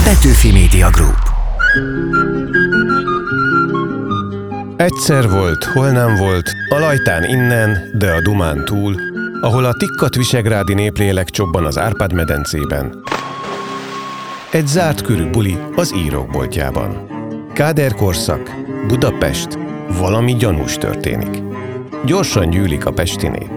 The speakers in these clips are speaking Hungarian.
Petőfi Media Group. Egyszer volt, hol nem volt, a Lajtán innen, de a Dumán túl, ahol a tikkat visegrádi néplélek csobban az Árpád-medencében. Egy zárt körű buli az írók boltjában. Káder-korszak, Budapest, valami gyanús történik. Gyorsan gyűlik a pesti nép.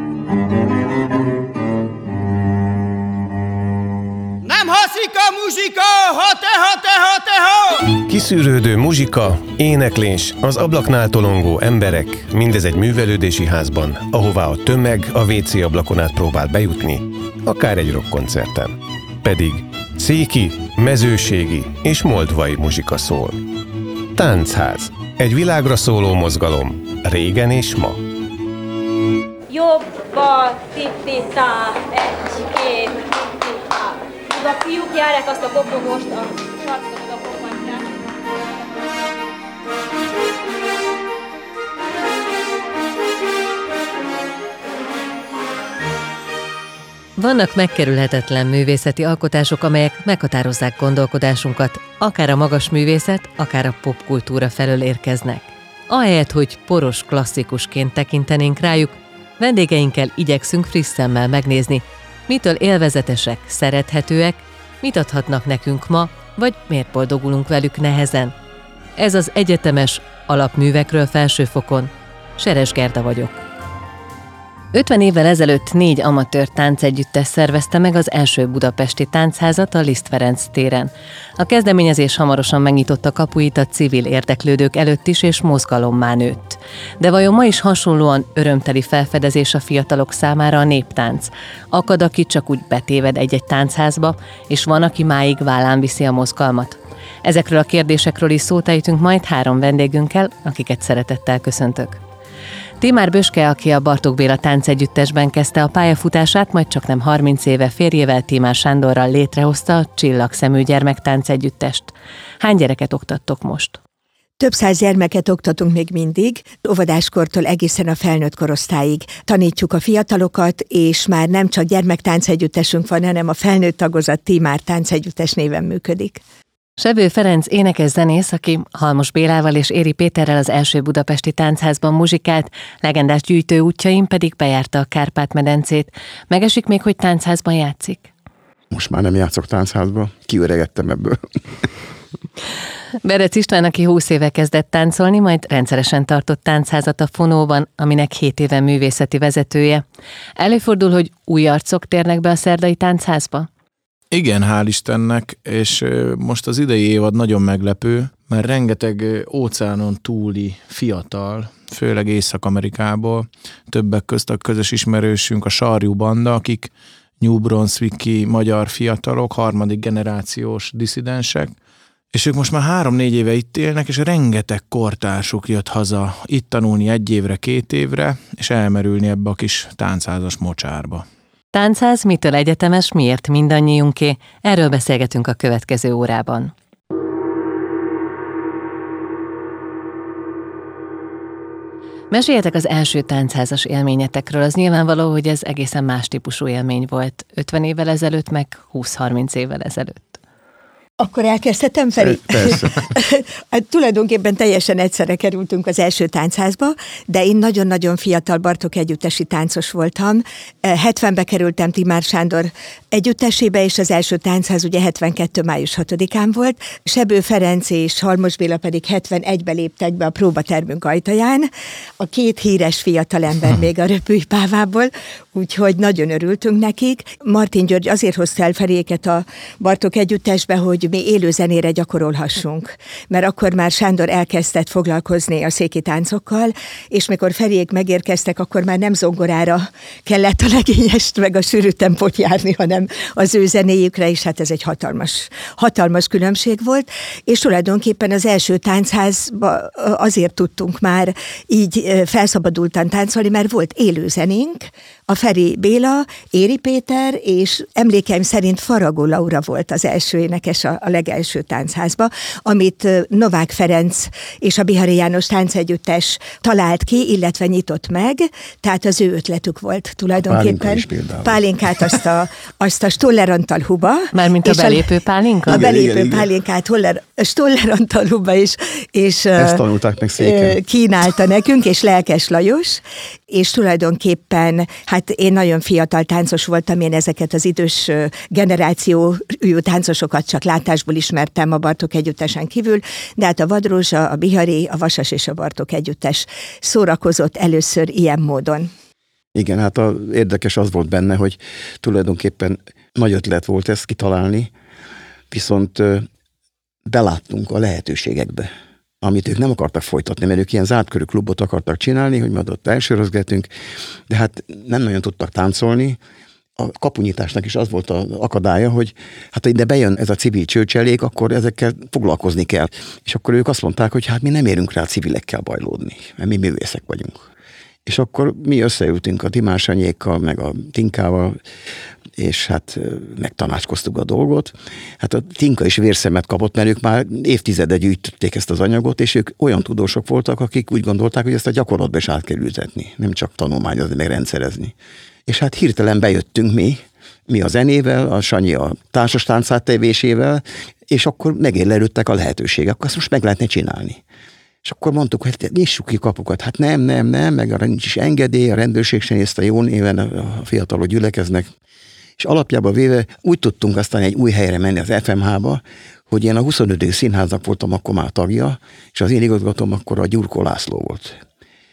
Nem haszik a muzsika, ha-te-ha-te-ha-te-ha! Kiszűrődő muzsika, éneklés, az ablaknál tolongó emberek, mindez egy művelődési házban, ahová a tömeg a WC ablakon át próbál bejutni, akár egy rockkoncerten. Pedig széki, mezőségi és moldvai muzsika szól. Táncház. Egy világra szóló mozgalom, régen és ma. Jobba, tipi-tá, egy-két, tipi-tá. A fiúk járják azt a kopogost, a sarkot a kopatját. Vannak megkerülhetetlen művészeti alkotások, amelyek meghatározzák gondolkodásunkat, akár a magas művészet, akár a popkultúra felől érkeznek. Ahelyett, hogy poros klasszikusként tekintenénk rájuk, vendégeinkkel igyekszünk friss szemmel megnézni, mitől élvezetesek, szerethetőek, mit adhatnak nekünk ma, vagy miért boldogulunk velük nehezen. Ez az egyetemes alapművekről felsőfokon. Seres Gerda vagyok. 50 évvel ezelőtt 4 amatőr táncegyüttes szervezte meg az első budapesti táncházat a Liszt Ferenc téren. A kezdeményezés hamarosan megnyitotta kapuit a civil érdeklődők előtt is, és mozgalommá nőtt. De vajon ma is hasonlóan örömteli felfedezés a fiatalok számára a néptánc? Akad, aki csak úgy betéved egy-egy táncházba, és van, aki máig vállán viszi a mozgalmat? Ezekről a kérdésekről is szót ejtünk majd 3 vendégünkkel, akiket szeretettel köszöntök. Timár Böske, aki a Bartók Béla táncegyüttesben kezdte a pályafutását, majd csaknem 30 éve férjével, Timár Sándorral létrehozta a Csillagszemű gyermektáncegyüttest. Hány gyereket oktattok most? Több száz gyermeket oktatunk még mindig, óvodáskortól egészen a felnőtt korosztályig. Tanítjuk a fiatalokat, és már nem csak gyermektáncegyüttesünk van, hanem a felnőtt tagozat Timár táncegyüttes néven működik. Sebő Ferenc énekes-zenész, aki Halmos Bélával és Éri Péterrel az első budapesti táncházban muzsikált, legendás gyűjtő útjain pedig bejárta a Kárpát-medencét. Megesik még, hogy táncházban játszik? Most már nem játszok táncházban, kiöregettem ebből. Berec István, aki 20 éve kezdett táncolni, majd rendszeresen tartott táncházat a Fonóban, aminek 7 éve művészeti vezetője. Előfordul, hogy új arcok térnek be a szerdai táncházba? Igen, hál' Istennek, és most az idei évad nagyon meglepő, mert rengeteg óceánon túli fiatal, főleg Észak-Amerikából, többek közt a közös ismerősünk, a Sarjú Banda, akik New Brunswicki magyar fiatalok, 3. generációs disszidensek, és ők most már 3-4 éve itt élnek, és rengeteg kortársuk jött haza itt tanulni 1 évre, 2 évre, és elmerülni ebbe a kis táncházas mocsárba. Táncház mitől egyetemes, miért mindannyiunké? Erről beszélgetünk a következő órában. Meséljetek az első táncházas élményetekről. Az nyilvánvaló, hogy ez egészen más típusú élmény volt 50 évvel ezelőtt, meg 20-30 évvel ezelőtt. Akkor elkezdhetem, Feri? Persze. Hát tulajdonképpen teljesen egyszerre kerültünk az első táncházba, de én nagyon-nagyon fiatal Bartók együttesi táncos voltam. 70-be kerültem Timár Sándor együttesébe, és az első táncház ugye 72. május 6-án volt. Sebő Ferenc és Halmos Béla pedig 71-be léptek be a próbatermünk ajtaján. A 2 híres fiatalember még a Röpülypávából, úgyhogy nagyon örültünk nekik. Martin György azért hozta el Feriéket a Bartók együttesbe, hogy mi élő zenére gyakorolhassunk. Mert akkor már Sándor elkezdett foglalkozni a széki táncokkal, és mikor Feriék megérkeztek, akkor már nem zongorára kellett a legényest meg a sűrű tempót járni, hanem az ő zenéjükre, és hát ez egy hatalmas különbség volt, és tulajdonképpen az első táncházba azért tudtunk már így felszabadultan táncolni, mert volt élő zenénk, a Feri Béla, Éri Péter, és emlékeim szerint Faragó Laura volt az első énekes a legelső táncházba, amit Novák Ferenc és a Bihari János Táncegyüttes talált ki, illetve nyitott meg, tehát az ő ötletük volt tulajdonképpen. Pálinkát azt a Stoller Antal Huba. Mármint a belépő pálinka? A belépő pálinkát Stoller Antal Huba és ezt tanulták meg széken. Kínálta nekünk, és Lelkes Lajos, és tulajdonképpen, hát én nagyon fiatal táncos voltam, én ezeket az idős generációjú táncosokat csak látásból ismertem a Bartók Együttesen kívül, de hát a Vadrózsa, a Bihari, a Vasas és a Bartók Együttes szórakozott először ilyen módon. Igen, hát érdekes az volt benne, hogy tulajdonképpen nagy ötlet volt ezt kitalálni, viszont beláttunk a lehetőségekbe, amit ők nem akartak folytatni, mert ők ilyen zártkörű klubot akartak csinálni, hogy majd ott elsörözgetünk, de hát nem nagyon tudtak táncolni. A kapunyításnak is az volt az akadálya, hogy hát ha ide bejön ez a civil csőcselék, akkor ezekkel foglalkozni kell. És akkor ők azt mondták, hogy hát mi nem érünk rá civilekkel bajlódni, mert mi művészek vagyunk. És akkor mi összeültünk a Dimás anyékkal, meg a Tinkával, és hát megtanácskoztuk a dolgot. Hát a Tinka is vérszemet kapott, mert ők már évtizede gyűjtötték ezt az anyagot, és ők olyan tudósok voltak, akik úgy gondolták, hogy ezt a gyakorlatba is át kell ültetni, nem csak tanulmányozni, meg rendszerezni. És hát hirtelen bejöttünk mi a zenével, a Sanyi a társas táncáttevésével, és akkor megélelődtek a lehetőségek, akkor ezt most meg lehetne csinálni. És akkor mondtuk, hogy nyissuk ki kapukat. Hát nem, meg arra nincs is engedély, a rendőrség sem nézte jó néven, a fiatalok gyülekeznek. És alapjában véve úgy tudtunk aztán egy új helyre menni az FMH-ba, hogy én a 25. színháznak voltam akkor már tagja, és az én igazgatóm akkor a Gyurkó László volt.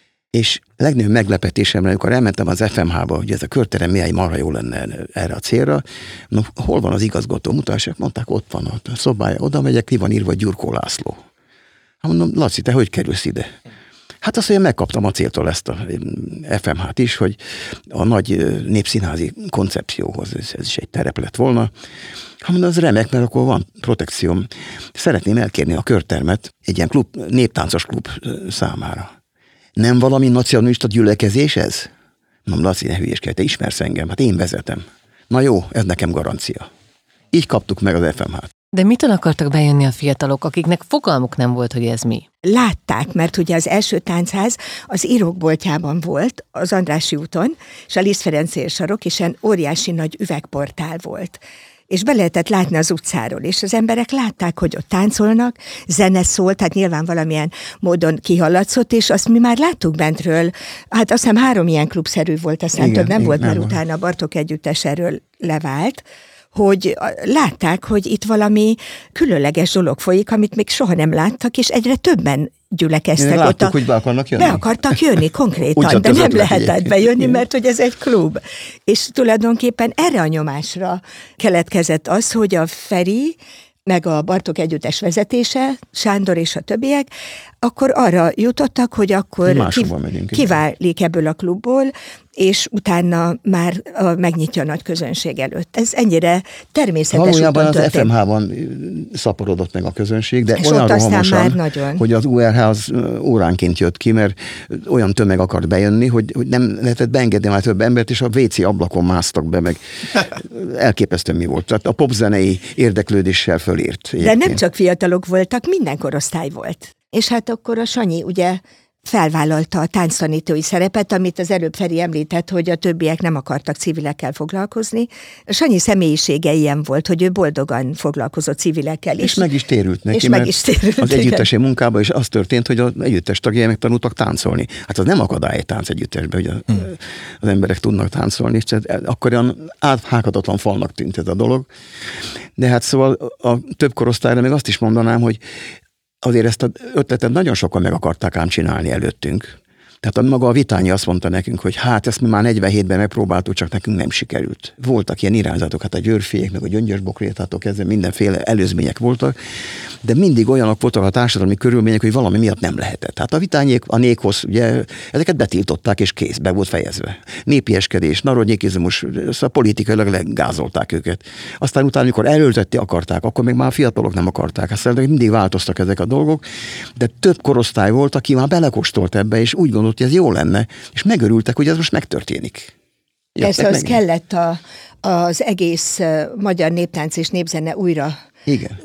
És legnagyobb meglepetésemre, amikor elmentem az FMH-ba, hogy ez a körterem milyen marha jó lenne erre a célra, no, hol van az igazgató? Mutassák, mondták, ott van a szobája, oda megyek, ki van írva Gyurkó László. Mondom, Laci, te hogy kerülsz ide? Hát azt, hogy én megkaptam a céltól ezt a FMH-t is, hogy a nagy népszínházi koncepcióhoz ez is egy terep lett volna. Hát mondom, az remek, mert akkor van protekcióm. Szeretném elkérni a körtermet egy ilyen klub, néptáncos klub számára. Nem valami nacionalista gyülekezés ez? Mondom, Laci, ne hülyéskedj, te ismersz engem, hát én vezetem. Na jó, ez nekem garancia. Így kaptuk meg az FMH-t. De mitől akartak bejönni a fiatalok, akiknek fogalmuk nem volt, hogy ez mi? Látták, mert ugye az első táncház az írókboltjában volt, az Andrássy úton, és a Liszt Ferenc sarok, és ilyen óriási nagy üvegportál volt. És be lehetett látni az utcáról, és az emberek látták, hogy ott táncolnak, zene szólt, tehát nyilván valamilyen módon kihallatszott, és azt mi már láttuk bentről. Hát azt hiszem 3 ilyen klubszerű volt, aztán igen, több nem volt, mert utána a Bartók Együttes erről levált, hogy látták, hogy itt valami különleges dolog folyik, amit még soha nem láttak, és egyre többen gyülekeztek. Láttuk, hogy be akarnak jönni. Be akartak jönni konkrétan, de nem lehetett bejönni, mert hogy ez egy klub. És tulajdonképpen erre a nyomásra keletkezett az, hogy a Feri, meg a Bartók Együttes vezetése, Sándor és a többiek, akkor arra jutottak, hogy akkor kiválik ebből a klubból, és utána már megnyitja a nagy közönség előtt. Ez ennyire természetes valójában úton történt. Az FMH-ban szaporodott meg a közönség, de és olyan rohamosan, nagyon. hogy az URH az óránként jött ki, mert olyan tömeg akart bejönni, hogy nem lehetett beengedni már több embert, és a WC ablakon másztak be, meg elképesztő mi volt. Tehát a popzenei érdeklődéssel fölírt. De nem csak fiatalok voltak, minden korosztály volt. És hát akkor a Sanyi ugye felvállalta a tánctanítói szerepet, amit az előbb Feri említett, hogy a többiek nem akartak civilekkel foglalkozni. A Sanyi személyisége ilyen volt, hogy ő boldogan foglalkozott civilekkel. És meg is térült neki, és meg is térült, az együttesi munkában is az történt, hogy az együttes tagjai megtanultak táncolni. Hát az nem akadály egy tánc együttesben, hogy az emberek tudnak táncolni, és akkor olyan áthághatatlan falnak tűnt ez a dolog. De hát szóval a több korosztályra még azt is mondanám, hogy azért ezt az ötletet nagyon sokan meg akarták ám csinálni előttünk. Tehát maga a Vitányi azt mondta nekünk, hogy hát ezt mi már 47-ben megpróbáltuk, csak nekünk nem sikerült. Voltak ilyen irányzatok, hát a Győrfiék, meg a Gyöngyös-Bokrétától kezdve mindenféle előzmények voltak, de mindig olyanok voltak a társadalmi körülmények, hogy valami miatt nem lehetett. Hát a Vitányék, a Nékhoz, ugye, ezeket betiltották, és kész, be volt fejezve. Népieskedés, narodnyikizmus, szóval politikailag legázolták őket. Aztán utána, amikor elöltetni akarták, akkor még már a fiatalok nem akarták. Aztán mindig változtak ezek a dolgok, de több korosztály volt, aki már belekóstolt ebbe, és úgy gondolt, hogy ez jó lenne, és megörültek, hogy ez most megtörténik. Ez az kellett az egész magyar néptánc és népzene újra Igen.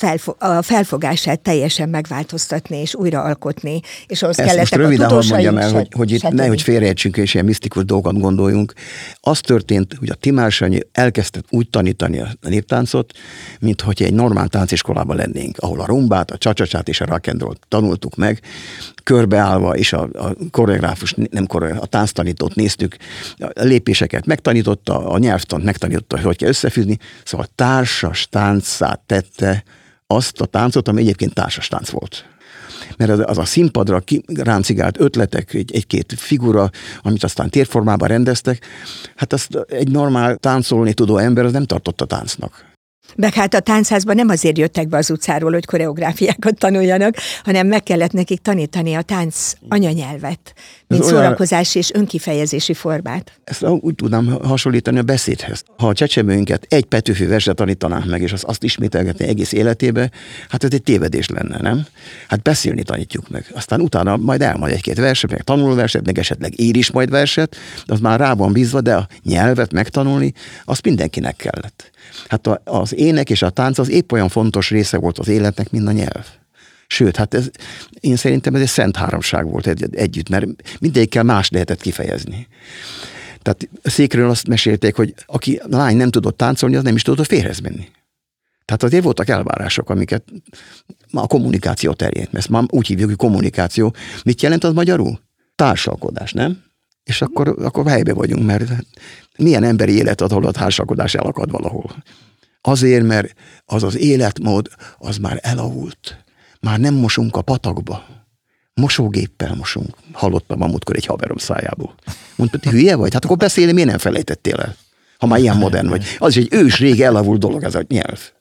A felfogását teljesen megváltoztatni és újraalkotni, és ahhoz ezt kellettek most röviden hadd mondjam el, hogy itt nehogy félreértsünk és ilyen misztikus dolgokat gondoljunk. Az történt, hogy a Timár Sanyi elkezdte úgy tanítani a néptáncot, mint hogy egy normál tánciskolában lennénk, ahol a rumbát, a csacsát és a rock and roll tanultuk meg, körbeállva, és a koreográfus, a tánctanítót néztük, a lépéseket megtanította, a nyelvtant megtanította, hogy kell összefűzni, szóval társas táncát tette azt a táncot, ami egyébként társas tánc volt. Mert az a színpadra ráncigált ötletek, egy-két figura, amit aztán térformában rendeztek, hát azt egy normál táncolni tudó ember az nem tartotta táncnak. Meg hát a táncházban nem azért jöttek be az utcáról, hogy koreográfiákat tanuljanak, hanem meg kellett nekik tanítani a tánc anyanyelvet, mint szórakozási és önkifejezési formát. Ezt úgy tudnám hasonlítani a beszédhez. Ha a csecsemőnket egy Petőfi verset tanítanánk meg, és azt ismételgetni egész életébe, hát ez egy tévedés lenne, nem? Hát beszélni tanítjuk meg. Aztán utána majd elmond egy-két verset, meg tanul verset, meg esetleg ír is majd verset, az már rá van bízva, de a nyelvet megtanulni, azt mindenkinek kellett. Hát az ének és a tánc az épp olyan fontos része volt az életnek, mint a nyelv. Sőt, hát én szerintem ez egy szent háromság volt együtt, mert mindegyikkel más lehetett kifejezni. Tehát Székről azt mesélték, hogy aki lány nem tudott táncolni, az nem is tudott férhez menni. Tehát azért voltak elvárások, amiket a kommunikáció terén, ezt már úgy hívjuk, hogy kommunikáció. Mit jelent az magyarul? Társalkodás, nem? És akkor helyben vagyunk, mert milyen emberi élet ad, ahol a társalkodás elakad valahol. Azért, mert az életmód, az már elavult. Már nem mosunk a patakba. Mosógéppel mosunk. Hallottam a múltkor egy haverom szájából. Mondta, te hülye vagy? Hát akkor beszélni miért nem felejtettél el? Ha már ilyen modern vagy. Az is egy ős, rég elavult dolog ez a nyelv.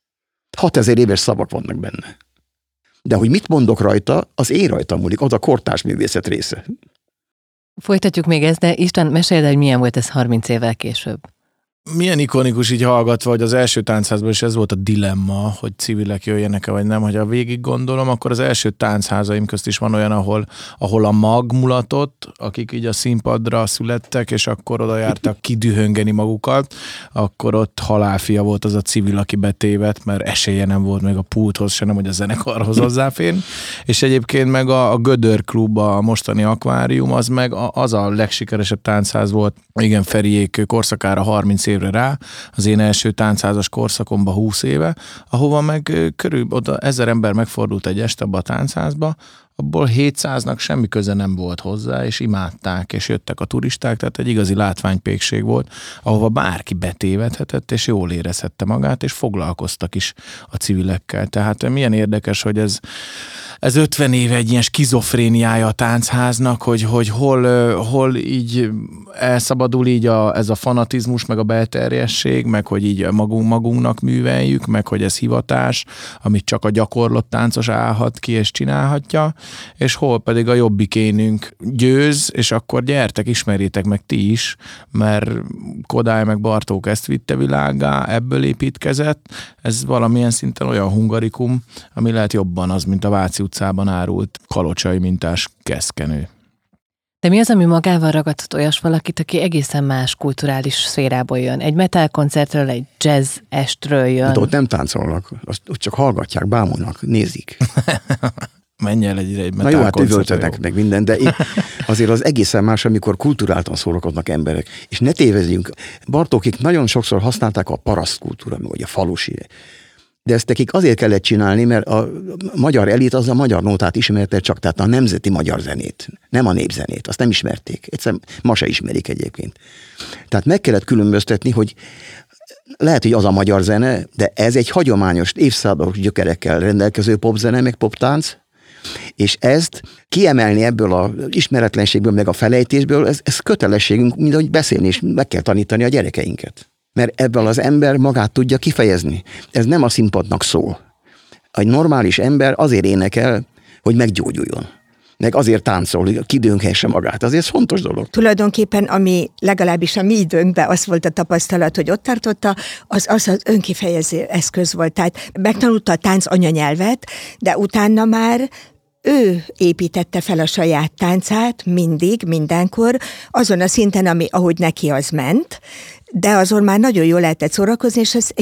6000 éves szavak vannak benne. De hogy mit mondok rajta, az én rajta múlik. Az a kortárs művészet része. Folytatjuk még ezt, de István, meséld, hogy milyen volt ez 30 évvel később. Milyen ikonikus így hallgatva, hogy az első táncházban is ez volt a dilemma, hogy civilek jöjjenek-e vagy nem, hogy ha végig gondolom, akkor az első táncházim közt is van olyan, ahol a mag mulatott, akik így a színpadra születtek, és akkor oda jártak kidühöngeni magukat, akkor ott halálfia volt az a civil, aki betévedt, mert esélye nem volt meg a pulthoz, se nem, hogy a zenekarhoz hozzáfér. És egyébként meg a Gödör Klub, a mostani akvárium, az meg az a legsikeresebb táncház volt, igen, Feriék korszakára 30 évre rá, az én első táncházas korszakomban 20 éve, ahova meg körülbelül oda 1000 ember megfordult egy este abba a táncházba, abból 700-nak semmi köze nem volt hozzá, és imádták, és jöttek a turisták, tehát egy igazi látványpékség volt, ahova bárki betévedhetett, és jól érezhette magát, és foglalkoztak is a civilekkel. Tehát milyen érdekes, hogy ez 50 éve egy ilyen skizofréniája a táncháznak, hogy hol így elszabadul így ez a fanatizmus, meg a belterjesség, meg hogy így magunknak műveljük, meg hogy ez hivatás, amit csak a gyakorlott táncos állhat ki és csinálhatja, és hol pedig a jobbikénünk győz, és akkor gyertek, ismerjétek meg ti is, mert Kodály meg Bartók ezt vitte világgá, ebből építkezett, ez valamilyen szinten olyan hungarikum, ami lehet jobban az, mint a Váci utcában árult kalocsai mintás keszkenő. De mi az, ami magával ragadhat olyas valakit, aki egészen más kulturális szférából jön? Egy metal koncertről, egy jazz estről jön. De ott nem táncolnak, ott csak hallgatják, bámulnak, nézik. Menj el egy metal koncertre. Na jó, hát üvöltöttek meg minden, de azért az egészen más, amikor kulturáltan szórakoznak emberek. És ne tévezzünk, Bartókik nagyon sokszor használták a parasztkultúra, vagy a falusi. De ezt nekik azért kellett csinálni, mert a magyar elit az a magyar nótát ismerte csak, tehát a nemzeti magyar zenét, nem a népzenét, azt nem ismerték. Egyszerűen ma se ismerik egyébként. Tehát meg kellett különböztetni, hogy lehet, hogy az a magyar zene, de ez egy hagyományos évszázadok gyökerekkel rendelkező popzene, meg poptánc, és ezt kiemelni ebből az ismeretlenségből, meg a felejtésből, ez kötelességünk, mint ahogy beszélni, és meg kell tanítani a gyerekeinket. Mert ebből az ember magát tudja kifejezni. Ez nem a színpadnak szól. Egy normális ember azért énekel, hogy meggyógyuljon. Meg azért táncol, hogy kidönkhesse magát. Azért ez fontos dolog. Tulajdonképpen, ami legalábbis a mi időnkben az volt a tapasztalat, hogy ott tartotta, az önkifejező eszköz volt. Tehát megtanulta a tánc anyanyelvet, de utána már ő építette fel a saját táncát mindig, mindenkor, azon a szinten, ahogy neki az ment, de azon már nagyon jól lehetett szórakozni, és ez egy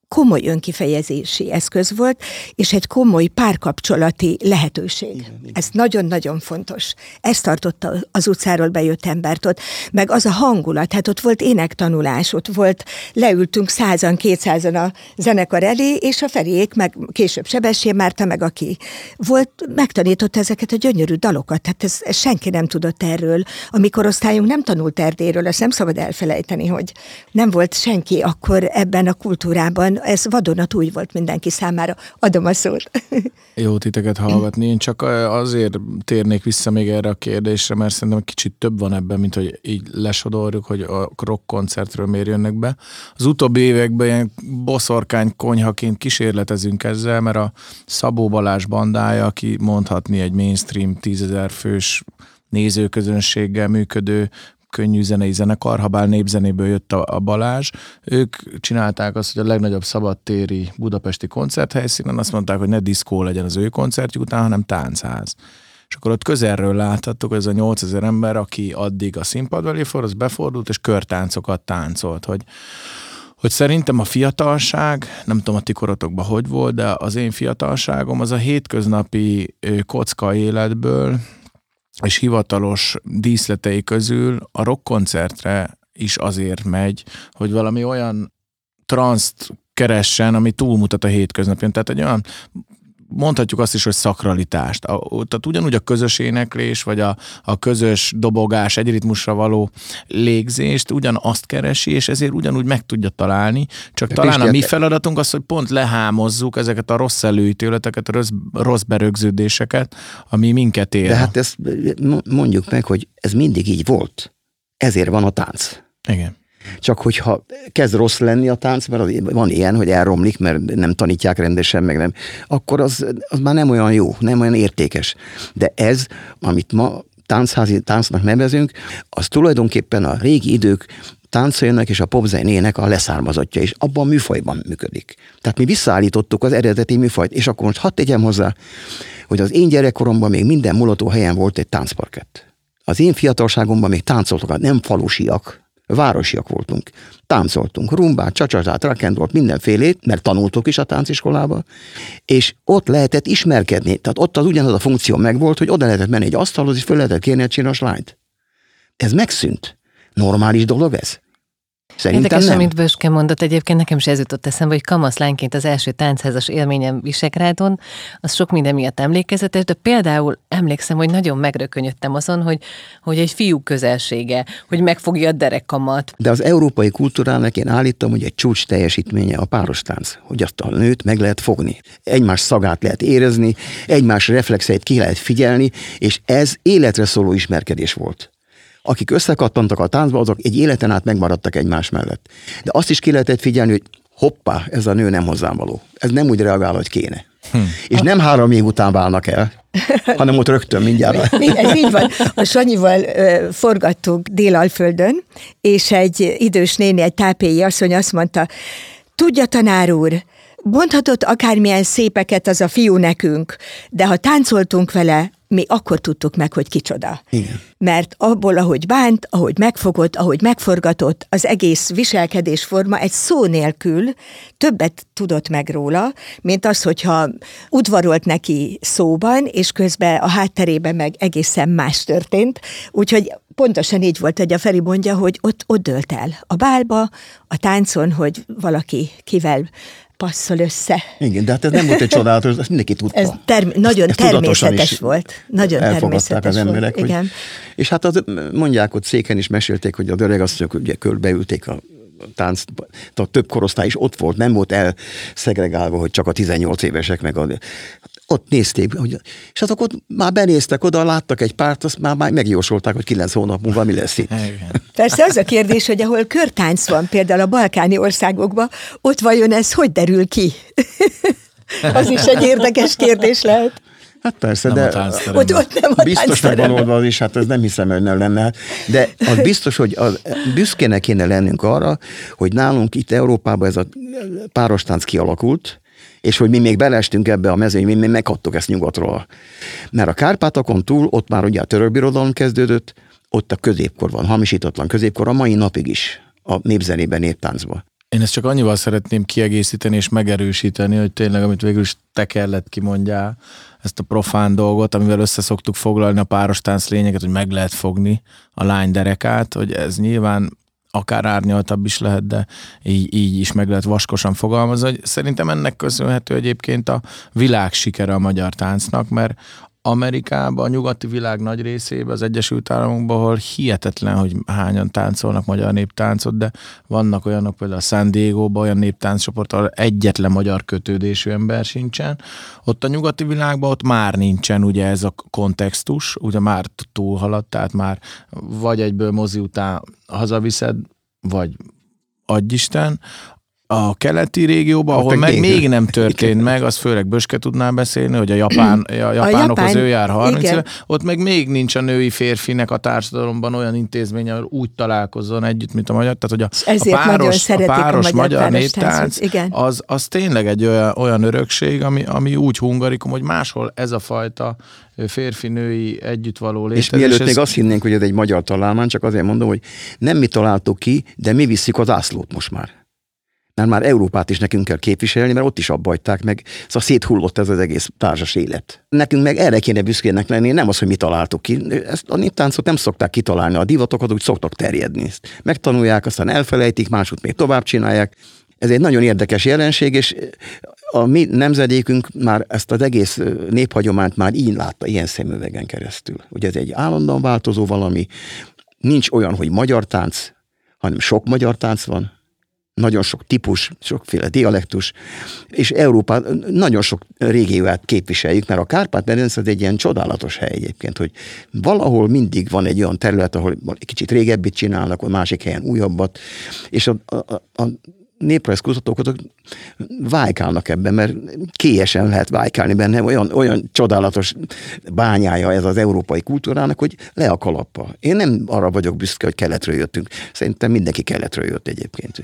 komoly önkifejezési eszköz volt, és egy komoly párkapcsolati lehetőség. Igen. Ez nagyon-nagyon fontos. Ez tartotta az utcáról bejött embert ott, meg az a hangulat, hát ott volt énektanulás, ott volt, leültünk 100-an, 200-an a zenekar elé, és a Feriék, meg később Sebestyén Márta, meg aki volt, megtanította ezeket a gyönyörű dalokat, tehát ez senki nem tudott erről. A mi korosztályunk nem tanult Erdélyről, ezt nem szabad elfelejteni, hogy nem volt senki akkor ebben a kultúrában. Ez vadonatúj volt mindenki számára. Adom a szót. Jó titeket hallgatni. Én csak azért térnék vissza még erre a kérdésre, mert szerintem kicsit több van ebben, mint hogy így lesodorjuk, hogy a rock koncertről miért jönnek be. Az utóbbi években ilyen boszorkány konyhaként kísérletezünk ezzel, mert a Szabó Balázs bandája, aki mondhatni egy mainstream 10 000 fős nézőközönséggel működő könnyű zenei zenekar, ha bár népzenéből jött a Balázs. Ők csinálták azt, hogy a legnagyobb szabadtéri budapesti koncerthelyszínen azt mondták, hogy ne diszkó legyen az ő koncertjük után, hanem táncház. És akkor ott közelről láthattuk, hogy ez a 8000 ember, aki addig a színpad elé az befordult, és körtáncokat táncolt, hogy szerintem a fiatalság, nem tudom a ti korotokban hogy volt, de az én fiatalságom az a hétköznapi kocka életből és hivatalos díszletei közül a rockkoncertre is azért megy, hogy valami olyan transzt keressen, ami túlmutat a hétköznapján. Tehát egy olyan, mondhatjuk azt is, hogy szakralitást. Tehát ugyanúgy a közös éneklés, vagy a közös dobogás, egy ritmusra való légzést ugyanazt keresi, és ezért ugyanúgy meg tudja találni. Csak talán a mi feladatunk az, hogy pont lehámozzuk ezeket a rossz előítéleteket, a rossz berögződéseket, ami minket ér. De hát ezt mondjuk meg, hogy ez mindig így volt. Ezért van a tánc. Igen. Csak hogyha kezd rossz lenni a tánc, mert van ilyen, hogy elromlik, mert nem tanítják rendesen, meg nem, akkor az már nem olyan jó, nem olyan értékes. De ez, amit ma táncházi táncnak nevezünk, az tulajdonképpen a régi idők táncainak és a popzenének a leszármazottja, és abban a műfajban működik. Tehát mi visszaállítottuk az eredeti műfajt, és akkor most hadd tegyem hozzá, hogy az én gyerekkoromban még minden mulató helyen volt egy táncparkett. Az én fiatalságomban még táncoltak, nem falusiak, városiak voltunk. Táncoltunk, rumbát, csacsatát, rock'n'rollt, mindenfélét, mert tanultuk is a tánciskolába, és ott lehetett ismerkedni. Tehát ott az ugyanaz a funkció megvolt, hogy oda lehetett menni egy asztalhoz, és föl lehetett kérni egy csinos lányt. Ez megszűnt. Normális dolog ez? Szerintem érdekes, nem. amit Böske mondott, egyébként nekem is ez jutott eszembe, hogy kamaszlányként az első táncházas élményem Visegrádon, az sok minden miatt emlékezetes, de például emlékszem, hogy nagyon megrökönyödtem azon, hogy egy fiú közelsége, hogy megfogja a derekamat. De az európai kultúrának én állítom, hogy egy csúcs teljesítménye a párostánc, hogy azt a nőt meg lehet fogni. Egymás szagát lehet érezni, egymás reflexeit ki lehet figyelni, és ez életre szóló ismerkedés volt. Akik összekattantak a táncba, azok egy életen át megmaradtak egymás mellett. De azt is ki lehetett figyelni, hogy hoppá, ez a nő nem hozzám való. Ez nem úgy reagál, hogy kéne. És nem 3 év után válnak el, hanem ott rögtön mindjárt. Ez így van. A Sanyival forgattunk Délalföldön, és egy idős néni, egy tápélyi asszony azt mondta, tudja, tanár úr, mondhatott akármilyen szépeket az a fiú nekünk, de ha táncoltunk vele, mi akkor tudtuk meg, hogy kicsoda. Igen. Mert abból, ahogy bánt, ahogy megfogott, ahogy megforgatott, az egész viselkedésforma egy szó nélkül többet tudott meg róla, mint az, hogyha udvarolt neki szóban, és közben a hátterében meg egészen más történt. Úgyhogy pontosan így volt, hogy a Feri mondja, hogy ott dőlt el. A bálba, a táncon, hogy valaki kivel passzol össze. Igen, de hát ez nem volt egy csodálatos, ezt mindenki tudta. Ez nagyon természetes volt. Nagyon elfogadták az emberek. Volt. Igen. És hát mondják, hogy széken is mesélték, hogy az öregasszonyok ugye körbeülték a tánc, több korosztály is ott volt, nem volt elszegregálva, hogy csak a 18 évesek meg ott nézték, és azok ott már benéztek oda, láttak egy párt, azt már megjósolták, hogy 9 hónap múlva mi lesz itt. Persze az a kérdés, hogy ahol körtánc van, például a balkáni országokban, ott vajon ez hogy derül ki? Az is egy érdekes kérdés lehet. Hát persze, nem de ott nem a biztos meg van oldva az is, hát ez nem hiszem, hogy nem lenne. De az biztos, hogy büszkének kéne lennünk arra, hogy nálunk itt Európában ez a párostánc kialakult, és hogy mi még beleestünk ebbe a mezőny, mi még megkaptuk ezt nyugatról. Mert a Kárpátokon túl, ott már ugye a török birodalom kezdődött, ott a középkor van, hamisítatlan középkor, a mai napig is a népzenében, néptáncban. Én ezt csak annyival szeretném kiegészíteni és megerősíteni, hogy tényleg, amit végül is te kellett kimondjál, ezt a profán dolgot, amivel összeszoktuk foglalni a páros tánc lényeget, hogy meg lehet fogni a lány derekát, hogy ez nyilván akár árnyaltabb is lehet, de így is meg lehet vaskosan fogalmazni, hogy szerintem ennek köszönhető egyébként a világ sikere a magyar táncnak, mert Amerikában, a nyugati világ nagy részében, az Egyesült Államokban, ahol hihetetlen, hogy hányan táncolnak magyar néptáncot, de vannak olyanok, például a San Diegóban olyan néptánccsoport, ahol egyetlen magyar kötődésű ember sincsen. Ott a nyugati világban ott már nincsen ugye ez a kontextus, ugye már túlhaladt, tehát már vagy egyből mozi után hazaviszed, vagy adj Isten. A keleti régióban, ahol meg még nem történt meg, az főleg Böske tudná beszélni, hogy a japánokhoz ő jár 30 éve, ott meg még nincs a női férfinek a társadalomban olyan intézmény, ahol úgy találkozzon együtt, mint a magyar. Tehát, hogy a páros magyar néptánc, az tényleg egy olyan örökség, ami úgy hungarikum, hogy máshol ez a fajta férfi-női együttvaló létezés. És mielőtt még azt hinnénk, hogy ez egy magyar találmány, csak azért mondom, hogy nem mi találtuk ki, de mi visszük az ászlót most már. Mert már Európát is nekünk kell képviselni, mert ott is abba hagyták meg. Szóval széthullott ez az egész társas élet. Nekünk meg erre kéne büszkének lenni, nem az, hogy mi találtuk ki. Ezt a néptáncot nem szokták kitalálni, a divatokat úgy szoktak terjedni. Ezt megtanulják, aztán elfelejtik, másút még tovább csinálják. Ez egy nagyon érdekes jelenség, és a mi nemzedékünk már ezt az egész néphagyományt már így látta, ilyen szemüvegen keresztül. Ugye ez egy állandóan változó valami. Nincs olyan, hogy magyar tánc, hanem sok magyar tánc van. Nagyon sok típus, sokféle dialektus, és Európa nagyon sok régióját képviseljük, mert a Kárpát-medence egy ilyen csodálatos hely egyébként, hogy valahol mindig van egy olyan terület, ahol egy kicsit régebbit csinálnak, a másik helyen újabbat, és a néprajzkutatók vájkálnak ebben, mert kélyesen lehet vájkálni benne, olyan csodálatos bányája ez az európai kultúrának, hogy le a kalappa. Én nem arra vagyok büszke, hogy keletről jöttünk. Szerintem mindenki keletről jött egyébként.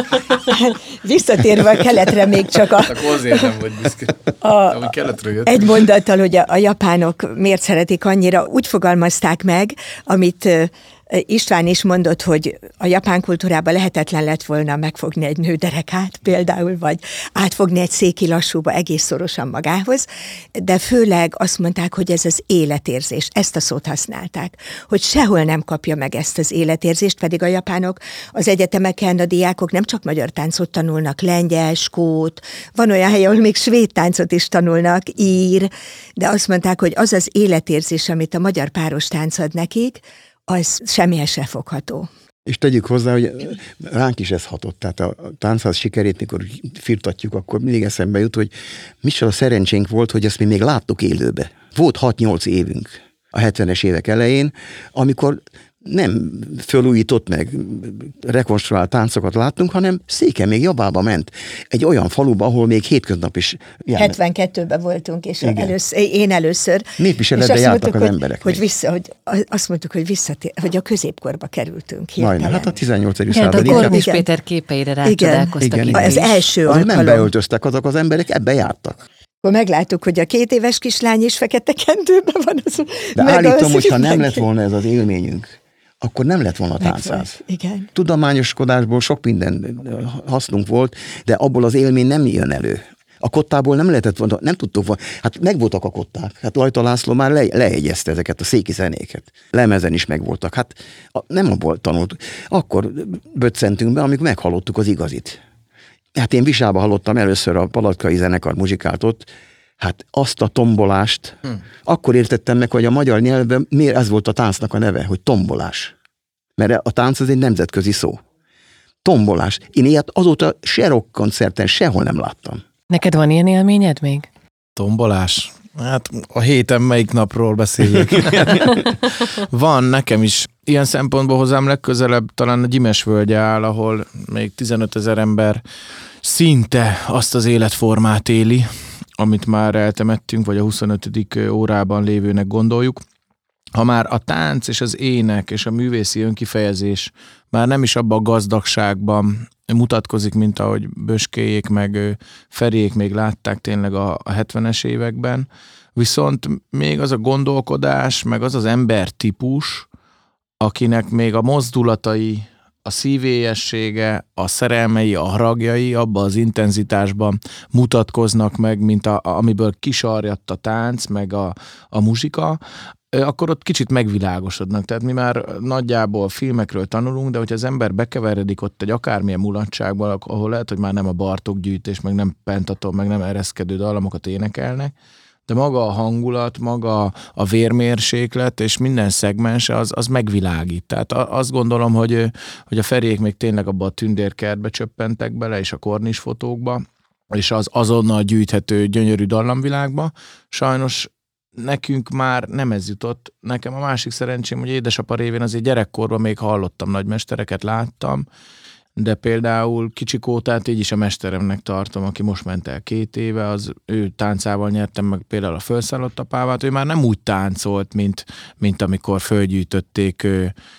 Visszatérve a keletre még csak azért nem vagy büszke, hogy keletről jött. Egy mondattal, hogy a japánok miért szeretik annyira, úgy fogalmazták meg, amit István is mondott, hogy a japán kultúrában lehetetlen lett volna megfogni egy nő derekát például, vagy átfogni egy széki lassúba egész szorosan magához, de főleg azt mondták, hogy ez az életérzés, ezt a szót használták, hogy sehol nem kapja meg ezt az életérzést, pedig a japánok az egyetemeken, a diákok nem csak magyar táncot tanulnak, lengyel, skót, van olyan hely, ahol még svéd táncot is tanulnak, ír, de azt mondták, hogy az az életérzés, amit a magyar páros tánc ad nekik, az semmihez se fogható. És tegyük hozzá, hogy ránk is ez hatott. Tehát a táncház sikerét, mikor firtatjuk, akkor mindig eszembe jut, hogy micsoda szerencsénk volt, hogy ezt mi még láttuk élőbe. Volt 6-8 évünk a 70-es évek elején, amikor nem fölújított meg, rekonstruált táncokat láttunk, hanem Széken még jobbába ment. Egy olyan faluba, ahol még hétköznap is járnak. 72-ben voltunk, és én először. Népviseletbe jártak az emberek. Azt mondtuk, hogy a középkorba kerültünk. Majdnem, hát a 18. század. A Kornis Péter képeire rácsodálkoztak. Igen. Az első alkalom. Nem beöltöztek azok az emberek, ebbe jártak. Akkor megláttuk, hogy a 2 éves kislány is fekete kendőben van. De állítom, hogyha nem lett volna ez az élményünk, akkor nem lett volna táncház. Igen. Tudományoskodásból sok minden hasznunk volt, de abból az élmény nem jön elő. A kottából nem lehetett volna, nem tudtuk volna, hát megvoltak a kották. Hát Lajta László már lejegyezte ezeket a széki zenéket. Lemezen is megvoltak. Hát nem abból tanultuk. Akkor böccentünk be, amikor meghallottuk az igazit. Hát én Visába hallottam először a Palatkai zenekar muzsikált ott, hát azt a tombolást, akkor értettem meg, hogy a magyar nyelvben miért ez volt a táncnak a neve, hogy tombolás. Mert a tánc az egy nemzetközi szó. Tombolás. Én ilyet azóta se rockkoncerten sehol nem láttam. Neked van ilyen élményed még? Tombolás? Hát a héten melyik napról beszéljük? Van nekem is. Ilyen szempontból hozzám legközelebb talán a Gyimesvölgye áll, ahol még 15 000 ember szinte azt az életformát éli, amit már eltemettünk, vagy a 25. órában lévőnek gondoljuk. Ha már a tánc és az ének és a művészi önkifejezés már nem is abban a gazdagságban mutatkozik, mint ahogy Böskéjék meg Feriék még látták tényleg a 70-es években, viszont még az a gondolkodás, meg az az embertípus, akinek még a mozdulatai a szívélyessége, a szerelmei, a haragjai abban az intenzitásban mutatkoznak meg, mint amiből kisarjadt a tánc, meg a muzsika, akkor ott kicsit megvilágosodnak. Tehát mi már nagyjából filmekről tanulunk, de hogyha az ember bekeveredik ott egy akármilyen mulatságban, ahol lehet, hogy már nem a Bartók gyűjtés, meg nem pentaton, meg nem ereszkedő dallamokat énekelnek, de maga a hangulat, maga a vérmérséklet és minden szegmense az megvilágít. Tehát azt gondolom, hogy a Feriék még tényleg abba a tündérkertbe csöppentek bele, és a kornisfotókba, és az azonnal gyűjthető gyönyörű dallamvilágba. Sajnos nekünk már nem ez jutott. Nekem a másik szerencsém, hogy édesapa révén azért gyerekkorban még hallottam nagymestereket, láttam, de például Kicsi Kótát így is a mesteremnek tartom, aki most ment el 2 éve, az ő táncával nyertem meg például a Fölszállott apávát, ő már nem úgy táncolt, mint amikor fölgyűjtötték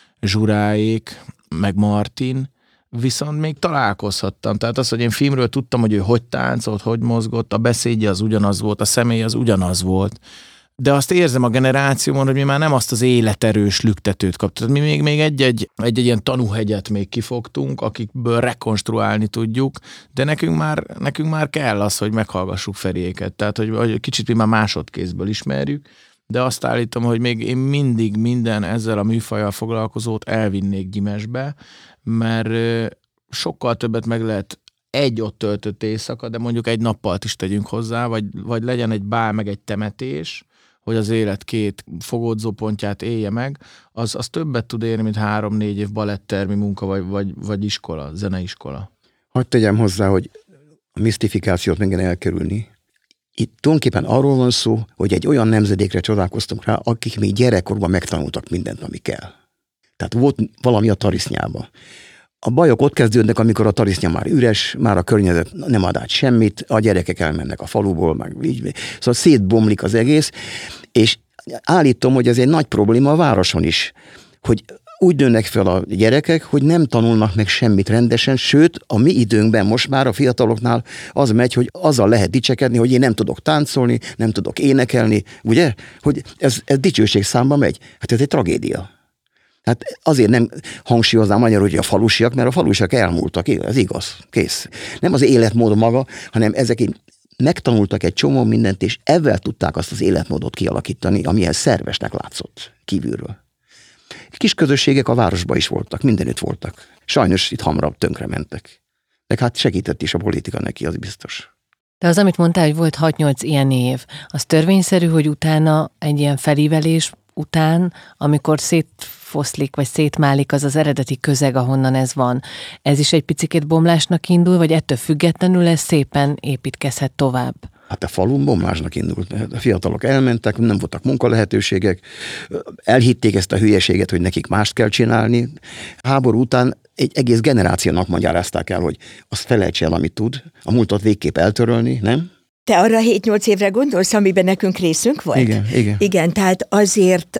Zsuráék, meg Martin, viszont még találkozhattam. Tehát az, hogy én filmről tudtam, hogy ő hogy táncolt, hogy mozgott, a beszédje az ugyanaz volt, a személy az ugyanaz volt. De azt érzem a generációmon, hogy mi már nem azt az életerős lüktetőt kaptuk. Mi még egy ilyen tanúhegyet még kifogtunk, akikből rekonstruálni tudjuk, de nekünk már kell az, hogy meghallgassuk Feriéket. Tehát, hogy kicsit mi már másodkézből ismerjük, de azt állítom, hogy még én mindig minden ezzel a műfajjal foglalkozót elvinnék Gyimesbe, mert sokkal többet meg lehet egy ott töltött éjszaka, de mondjuk egy nappalt is tegyünk hozzá, vagy legyen egy bál, meg egy temetés, hogy az élet 2 fogódzópontját élje meg, az többet tud érni, mint 3-4 év balettermi munka, vagy iskola, zeneiskola. Hadd tegyem hozzá, hogy a misztifikációt meg kell elkerülni. Itt tulajdonképpen arról van szó, hogy egy olyan nemzedékre csodálkoztunk rá, akik még gyerekkorban megtanultak mindent, ami kell. Tehát volt valami a tarisznyában. A bajok ott kezdődnek, amikor a tarisznya már üres, már a környezet nem ad át semmit, a gyerekek elmennek a faluból, meg így. Szóval szétbomlik az egész, és állítom, hogy ez egy nagy probléma a városon is, hogy úgy nőnek fel a gyerekek, hogy nem tanulnak meg semmit rendesen, sőt, a mi időnkben most már a fiataloknál az megy, hogy azzal lehet dicsekedni, hogy én nem tudok táncolni, nem tudok énekelni, ugye? Hogy ez dicsőség számba megy. Hát ez egy tragédia. Hát azért nem hangsúlyoznám magyarul, hogy a falusiak, mert a falusiak elmúltak, ez igaz, kész. Nem az életmód maga, hanem ezek megtanultak egy csomó mindent, és ezzel tudták azt az életmódot kialakítani, amihez szervesnek látszott kívülről. Kis közösségek a városban is voltak, mindenütt voltak. Sajnos itt hamarabb tönkrementek. De hát segített is a politika neki, az biztos. De az, amit mondtál, hogy volt 6-8 ilyen év, az törvényszerű, hogy utána egy ilyen felívelés után, amikor szétfoszlik, vagy szétmálik az eredeti közeg, ahonnan ez van, ez is egy picikét bomlásnak indul, vagy ettől függetlenül ez szépen építkezhet tovább? Hát a falun bomlásnak indult. A fiatalok elmentek, nem voltak munkalehetőségek, elhitték ezt a hülyeséget, hogy nekik mást kell csinálni. Háború után egy egész generációnak magyarázták el, hogy azt felejts el, amit tud, a múltat végképp eltörölni, nem? Te arra 7-8 évre gondolsz, amiben nekünk részünk volt? Igen. Igen, tehát azért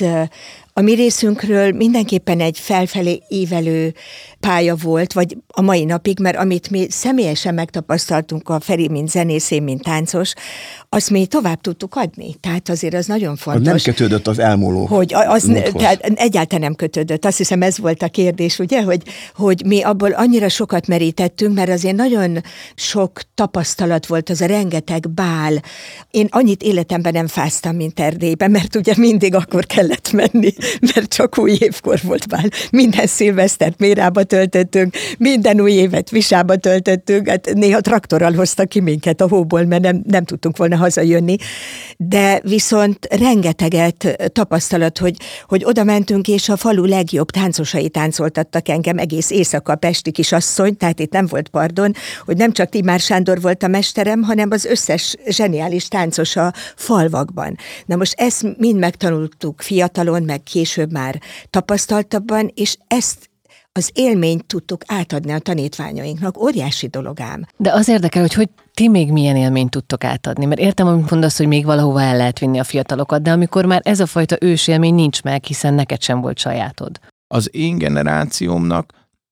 a mi részünkről mindenképpen egy felfelé ívelő pálya volt, vagy a mai napig, mert amit mi személyesen megtapasztaltunk a Feri, mint zenész, én, mint táncos, azt mi tovább tudtuk adni. Tehát azért az nagyon fontos. Nem kötődött az elmúló tehát egyáltalán nem kötődött. Azt hiszem ez volt a kérdés, ugye, hogy mi abból annyira sokat merítettünk, mert azért nagyon sok tapasztalat volt, az a rengeteg bál. Én annyit életemben nem fáztam, mint Erdélyben, mert ugye mindig akkor kellett menni, mert csak új évkor volt bál. Minden szilvesztert Mérába töltöttünk, minden új évet Visába töltöttünk, hát néha traktorral hoztak ki minket a hóból, mert nem tudtunk volna hazajönni, de viszont rengeteget tapasztalat, hogy oda mentünk, és a falu legjobb táncosai táncoltattak engem, egész éjszaka pesti kisasszony, tehát itt nem volt pardon, hogy nem csak Timár Sándor volt a mesterem, hanem az összes zseniális táncos a falvakban. Na most ezt mind megtanultuk fiatalon, meg később már tapasztaltabban, és ezt az élményt tudtuk átadni a tanítványainknak. Óriási dolog ám. De az érdekel, hogy ti még milyen élményt tudtok átadni, mert értem, amit mondasz, hogy még valahova el lehet vinni a fiatalokat, de amikor már ez a fajta ősélmény nincs meg, hiszen neked sem volt sajátod. Az én generációmnak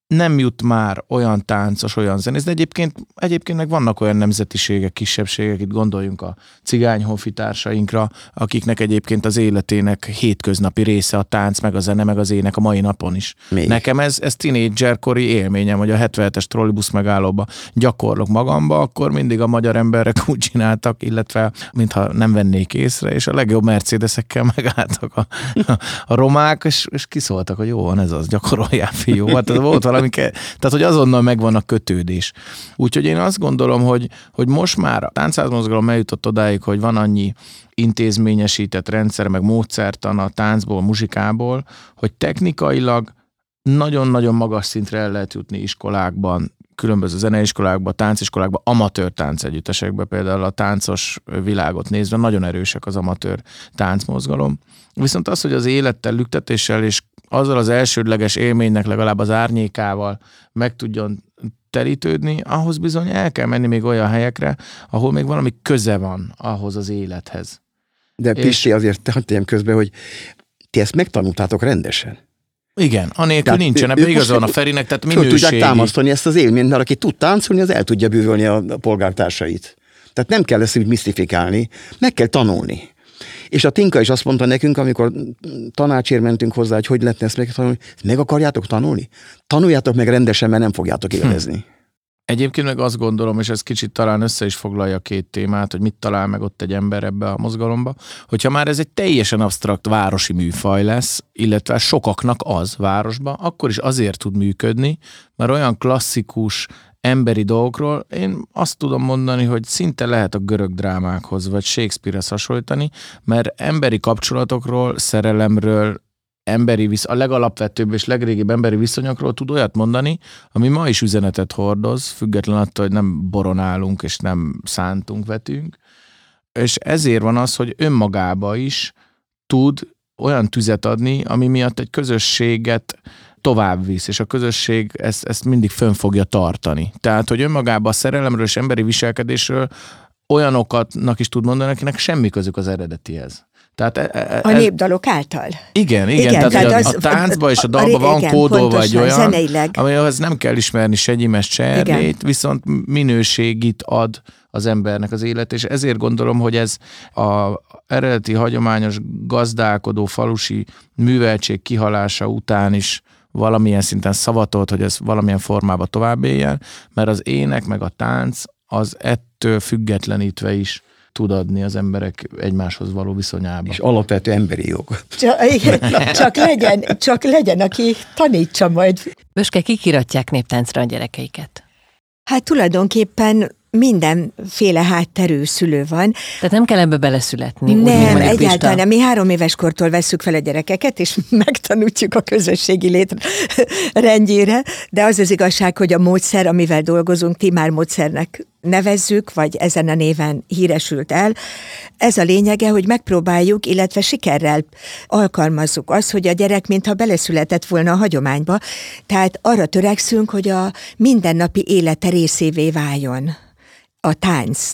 nem jut már olyan táncos, olyan zenész, de egyébként meg vannak olyan nemzetiségek, kisebbségek, itt gondoljunk a cigány honfitársainkra, akiknek egyébként az életének hétköznapi része a tánc, meg a zene, meg az ének a mai napon is. Még. Nekem ez tínédzserkori élményem, hogy a 77-es trollibusz megállóba gyakorlok magamba, akkor mindig a magyar emberek úgy csináltak, illetve mintha nem vennék észre, és a legjobb Mercedesekkel megálltak a romák, és kiszóltak, hogy jó van ez az, gyakoroljál fiú. Hát volt valami, tehát hogy azonnal megvan a kötődés. Úgyhogy én azt gondolom, hogy most már a táncmozgalom eljutott odáig, hogy van annyi intézményesített rendszer, meg módszertan a táncból, muzsikából, hogy technikailag nagyon-nagyon magas szintre el lehet jutni iskolákban, különböző zeneiskolákban, tánciskolákban, amatőr táncegyüttesekben, például a táncos világot nézve nagyon erősek az amatőr táncmozgalom. Viszont az, hogy az élettel, lüktetéssel és azzal az elsődleges élménynek legalább az árnyékával meg tudjon telítődni, ahhoz bizony el kell menni még olyan helyekre, ahol még valami köze van ahhoz az élethez. De Pisti, azért hagytam közben, hogy ti ezt megtanultátok rendesen. Igen, anélkül nincsen, ebben igaza van a Ferinek, tehát minőségi. Föl tudják támasztani ezt az élményt, mert aki tud táncolni, az el tudja bűvölni a polgártársait. Tehát nem kell ezt úgy misztifikálni, meg kell tanulni. És a Tinka is azt mondta nekünk, amikor tanácsért mentünk hozzá, hogy lehetne ezt megtanulni, meg akarjátok tanulni? Tanuljátok meg rendesen, mert nem fogjátok élvezni. Egyébként meg azt gondolom, és ez kicsit talán össze is foglalja a két témát, hogy mit talál meg ott egy ember ebbe a mozgalomba, hogyha már ez egy teljesen absztrakt városi műfaj lesz, illetve sokaknak az városba, akkor is azért tud működni, mert olyan klasszikus emberi dolgokról én azt tudom mondani, hogy szinte lehet a görög drámákhoz, vagy Shakespeare-hez hasonlítani, mert emberi kapcsolatokról, szerelemről, a legalapvetőbb és legrégibb emberi viszonyokról tud olyat mondani, ami ma is üzenetet hordoz, független attól, hogy nem boronálunk és nem szántunk, vetünk. És ezért van az, hogy önmagába is tud olyan tüzet adni, ami miatt egy közösséget tovább visz, és a közösség ezt mindig fönn fogja tartani. Tehát, hogy önmagában a szerelemről és emberi viselkedésről olyanokatnak is tud mondani, akinek semmi közük az eredetihez. Tehát a népdalok által? Igen, tehát a táncba és a dalba van kódolva egy olyan, zeneileg, amihez nem kell ismerni se Gyimes, se Erdélyt, viszont minőségit ad az embernek az élet, és ezért gondolom, hogy ez az eredeti hagyományos gazdálkodó falusi műveltség kihalása után is valamilyen szinten szavatolt, hogy ez valamilyen formában tovább éljen, mert az ének meg a tánc az ettől függetlenítve is tud adni az emberek egymáshoz való viszonyába. És alapvető emberi jog. Csak legyen, aki tanítsa majd. Böske, kik iratják néptáncra a gyerekeiket? Hát tulajdonképpen mindenféle hátterű szülő van. Tehát nem kell ebbe beleszületni. Nem, egyáltalán nem. Mi 3 éves kortól vesszük fel a gyerekeket, és megtanítjuk a közösségi lét rendjére, de az az igazság, hogy a módszer, amivel dolgozunk, Timár módszernek nevezzük, vagy ezen a néven híresült el. Ez a lényege, hogy megpróbáljuk, illetve sikerrel alkalmazzuk azt, hogy a gyerek mintha beleszületett volna a hagyományba, tehát arra törekszünk, hogy a mindennapi élete részévé váljon a tánc.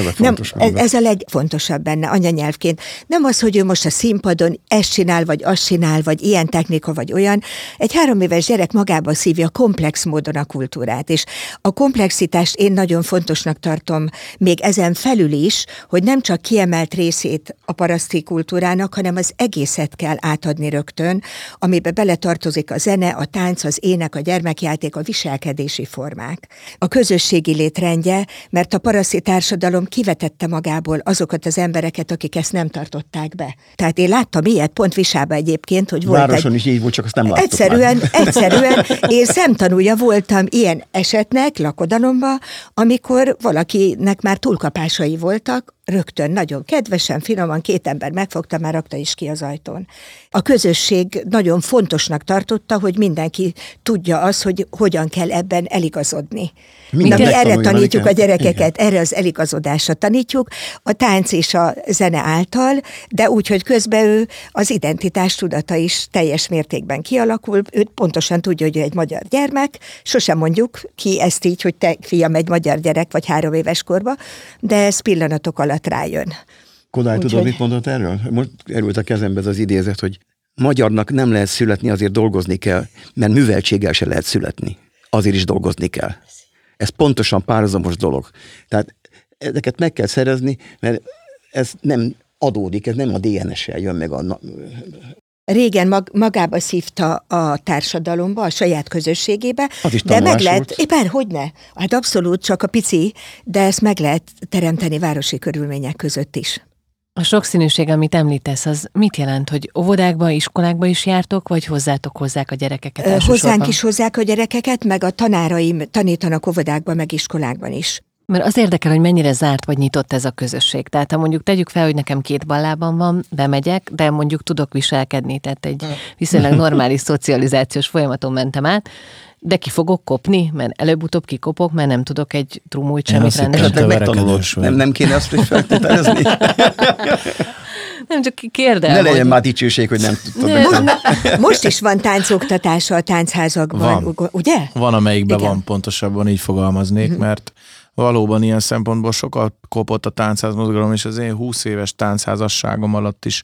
Ez a legfontosabb benne anyanyelvként. Nem az, hogy ő most a színpadon ezt csinál, vagy azt csinál, vagy ilyen technika, vagy olyan. Egy 3 éves gyerek magába szívja komplex módon a kultúrát, és a komplexitást én nagyon fontosnak tartom még ezen felül is, hogy nem csak kiemelt részét a paraszti kultúrának, hanem az egészet kell átadni rögtön, amiben beletartozik a zene, a tánc, az ének, a gyermekjáték, a viselkedési formák. A közösségi létrendje, mert a paraszti társadalom kivetette magából azokat az embereket, akik ezt nem tartották be. Tehát én láttam ilyet, pont Visában egyébként, hogy volt városon is így volt, csak azt nem láttuk Egyszerűen én szemtanúja voltam ilyen esetnek lakodalomba, amikor valakinek már túlkapásai voltak, rögtön nagyon kedvesen, finoman 2 ember megfogta, már rakta is ki az ajtón. A közösség nagyon fontosnak tartotta, hogy mindenki tudja azt, hogy hogyan kell ebben eligazodni. Mi erre tanítjuk a gyerekeket, erre az eligazodásra tanítjuk, a tánc és a zene által, de úgy, hogy közben ő az identitás tudata is teljes mértékben kialakul, ő pontosan tudja, hogy ő egy magyar gyermek, sosem mondjuk ki ezt így, hogy te fiam egy magyar gyerek vagy 3 éves korba, de ez pillanatok alatt rájön. Kodály, tudod, mit mondott erről? Most erült a kezembe ez az idézet, hogy magyarnak nem lehet születni, azért dolgozni kell, mert műveltséggel se lehet születni. azért is dolgozni kell. Ez pontosan párhuzamos dolog. Tehát ezeket meg kell szerezni, mert ez nem adódik, ez nem a DNS-sel jön meg Régen magába szívta a társadalomba, a saját közösségébe, de meg lehet, éppen hogyne, hát abszolút csak a pici, de ezt meg lehet teremteni városi körülmények között is. A sokszínűség, amit említesz, az mit jelent, hogy óvodákba, iskolákba is jártok, vagy hozzátok hozzák a gyerekeket elsősorban? Hozzánk is hozzák a gyerekeket, meg a tanáraim tanítanak óvodákban, meg iskolákban is. Mert az érdekel, hogy mennyire zárt vagy nyitott ez a közösség. Tehát ha mondjuk tegyük fel, hogy nekem 2 ballában van, bemegyek, de mondjuk tudok viselkedni, tehát egy viszonylag normális szocializációs folyamaton mentem át, de ki fogok kopni, mert előbb-utóbb kikopok, mert nem tudok egy trumújt semmit rendezni. Megtanulod. Nem kéne azt is feltételezni? Nem, csak kérdem. Ne legyen már dicsőség, hogy nem tudtam. Most is van táncoktatása a táncházakban, ugye? Van, amelyikben van, pontosabban így fogalmaznék, mert valóban ilyen szempontból sokat kopott a táncházmozgalom, és az én 20 éves táncházasságom alatt is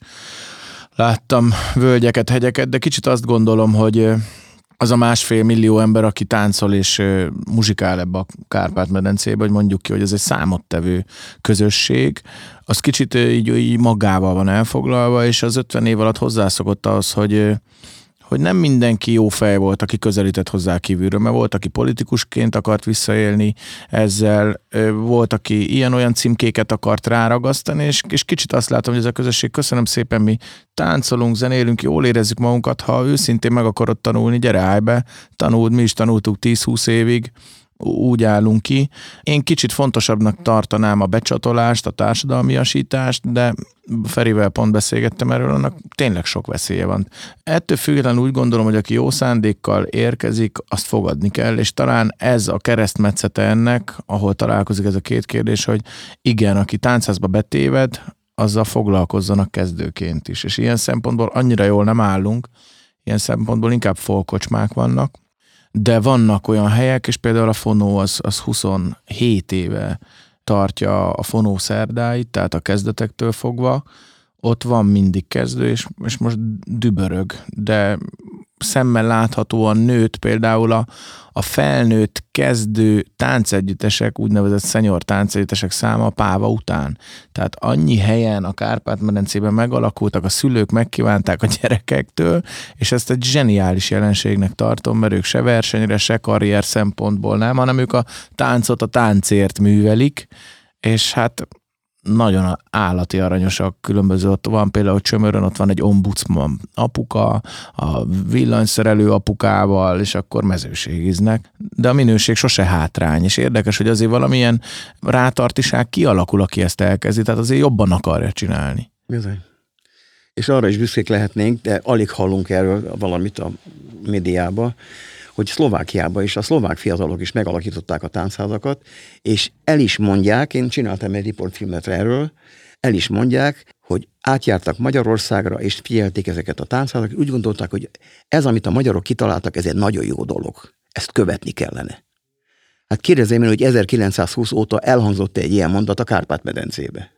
láttam völgyeket, hegyeket, de kicsit azt gondolom, hogy az a 1,5 millió ember, aki táncol és muzsikál ebbe a Kárpát-medencébe, hogy mondjuk ki, hogy ez egy számottevő közösség, az kicsit így magával van elfoglalva, és az 50 év alatt hozzászokott ahhoz, hogy nem mindenki jó fej volt, aki közelített hozzá kívülről, mert volt, aki politikusként akart visszaélni ezzel, volt, aki ilyen-olyan címkéket akart ráragasztani, és kicsit azt látom, hogy ez a közösség, köszönöm szépen, mi táncolunk, zenélünk, jól érezzük magunkat, ha őszintén meg akarod tanulni, gyere, állj be, tanuld, mi is tanultuk 10-20 évig, úgy állunk ki. Én kicsit fontosabbnak tartanám a becsatolást, a társadalmiasítást, de Ferivel pont beszélgettem erről, annak tényleg sok veszélye van. Ettől függetlenül úgy gondolom, hogy aki jó szándékkal érkezik, azt fogadni kell, és talán ez a keresztmetszete ennek, ahol találkozik ez a 2 kérdés, hogy igen, aki táncházba betéved, azzal foglalkozzanak kezdőként is. És ilyen szempontból annyira jól nem állunk, ilyen szempontból inkább folkocsmák vannak, de vannak olyan helyek, és például a Fonó az 27 éve tartja a Fonó szerdáit, tehát a kezdetektől fogva, ott van mindig kezdő, és most dübörög, de szemmel láthatóan nőtt például a felnőtt kezdő táncegyüttesek, úgynevezett senior táncegyüttesek száma a Páva után. Tehát annyi helyen a Kárpát-medencében megalakultak, a szülők megkívánták a gyerekektől, és ezt egy zseniális jelenségnek tartom, mert ők se versenyre, se karrier szempontból nem, hanem ők a táncot a táncért művelik, és hát nagyon állati aranyosak, különböző, ott van például Csömörön, ott van egy ombudsman apuka, a villanyszerelő apukával, és akkor mezőségiznek, de a minőség sose hátrány, és érdekes, hogy azért valamilyen rátartiság kialakul, aki ezt elkezdi, tehát azért jobban akarja csinálni. Bizony. És arra is büszkék lehetnénk, de alig hallunk erről valamit a médiába, hogy Szlovákiában is a szlovák fiatalok is megalakították a táncházakat, és el is mondják, én csináltam egy riportfilmet erről, el is mondják, hogy átjártak Magyarországra, és figyelték ezeket a táncházakat, úgy gondolták, hogy ez, amit a magyarok kitaláltak, ez egy nagyon jó dolog. Ezt követni kellene. Hát kérdezzém én, hogy 1920 óta elhangzott egy ilyen mondat a Kárpát-medencébe.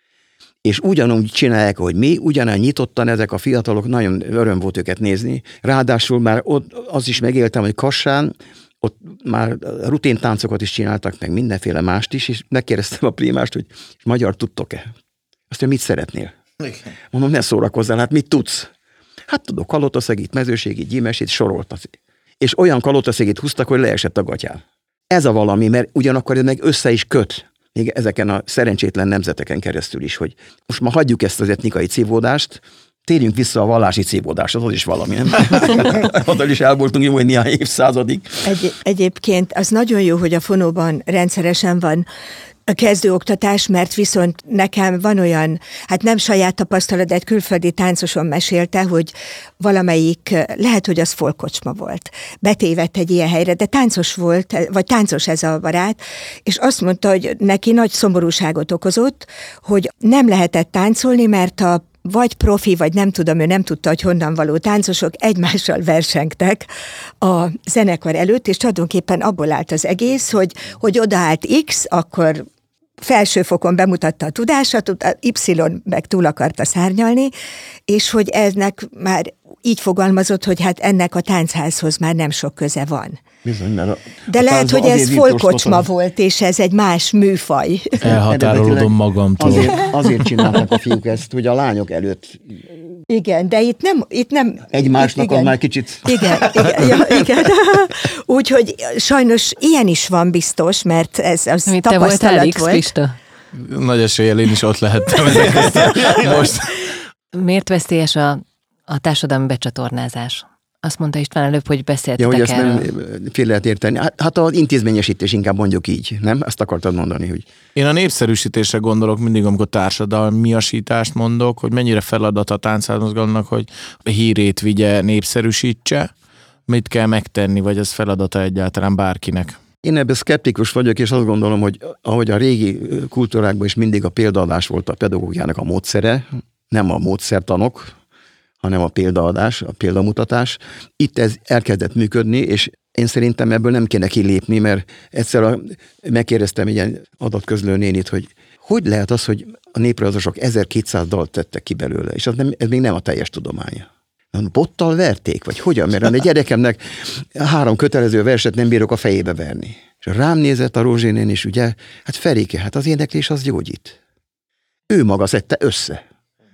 És ugyanúgy csinálják, hogy mi, ugyanúgy nyitottan ezek a fiatalok, nagyon öröm volt őket nézni. Ráadásul már ott az is megéltem, hogy Kassán, ott már ruténtáncokat is csináltak, meg mindenféle mást is, és megkérdeztem a primást, hogy magyar tudtok-e? Azt mondja, mit szeretnél? Igen. Mondom, ne szórakozzál, hát mit tudsz? Hát tudok kalotaszegít, mezőségit, gyímesét, soroltat. És olyan kalotaszegít húztak, hogy leesett a gatyán. Ez a valami, mert ugyanakkor ez meg össze is köt. Még ezeken a szerencsétlen nemzeteken keresztül is, hogy most ma hagyjuk ezt az etnikai cívódást, térjünk vissza a vallási cívódáshoz, az is valami, nem? Oda is el voltunk jó, hogy néhány évszázadig. Egyébként az nagyon jó, hogy a Fonóban rendszeresen van a kezdőoktatás, mert viszont nekem van olyan, hát nem saját tapasztalat, de egy külföldi táncoson mesélte, hogy valamelyik, lehet, hogy az folkocsma volt. Betévedt egy ilyen helyre, de táncos volt, vagy táncos ez a barát, és azt mondta, hogy neki nagy szomorúságot okozott, hogy nem lehetett táncolni, mert a vagy profi, vagy nem tudom, ő nem tudta, hogy honnan való táncosok egymással versengtek a zenekar előtt, és tulajdonképpen abból állt az egész, hogy odaállt X, akkor felsőfokon bemutatta a tudását, Y meg túl akarta szárnyalni, és hogy ennek már így fogalmazott, hogy hát ennek a táncházhoz már nem sok köze van. Bizony, mert de lehet, hogy ez folkocsma volt, és ez egy más műfaj. Elhatárolódom magamtól. Azért csinálták a fiúk ezt, hogy a lányok előtt... Igen, de itt nem egymásnak az már kicsit... Igen. Úgyhogy sajnos ilyen is van biztos, mert ez az Mit tapasztalat volt. Pista? Nagy eséllyel én is ott lehettem most. Miért veszélyes a társadalmi becsatornázás? Azt mondta István előbb, hogy beszéltetek hogy ezt erről. nem fél lehet érteni. Hát az intézményesítés, inkább mondjuk így, nem? Ezt akartad mondani, hogy... Én a népszerűsítésre gondolok mindig, amikor társadalmiasítást mondok, hogy mennyire feladat a táncházmozgalomnak, hogy a hírét vigye, népszerűsítse, mit kell megtenni, vagy ez feladata egyáltalán bárkinek. Én ebben szkeptikus vagyok, és azt gondolom, hogy ahogy a régi kultúrákban is mindig a példaadás volt a pedagógiának a módszere, nem a módszertanok, hanem a példaadás, a példamutatás. Itt ez elkezdett működni, és én szerintem ebből nem kéne kilépni, mert egyszer megkérdeztem egy ilyen adatközlő nénit, hogy lehet az, hogy a néprajzosok 1200 dalt tettek ki belőle, és ez még nem a teljes tudománya. Bottal verték, vagy hogyan? Mert a gyerekemnek 3 kötelező verset nem bírok a fejébe verni. És rám nézett a Rózsénén is, ugye, hát Ferike, hát az éneklés az gyógyít. Ő maga szedte össze.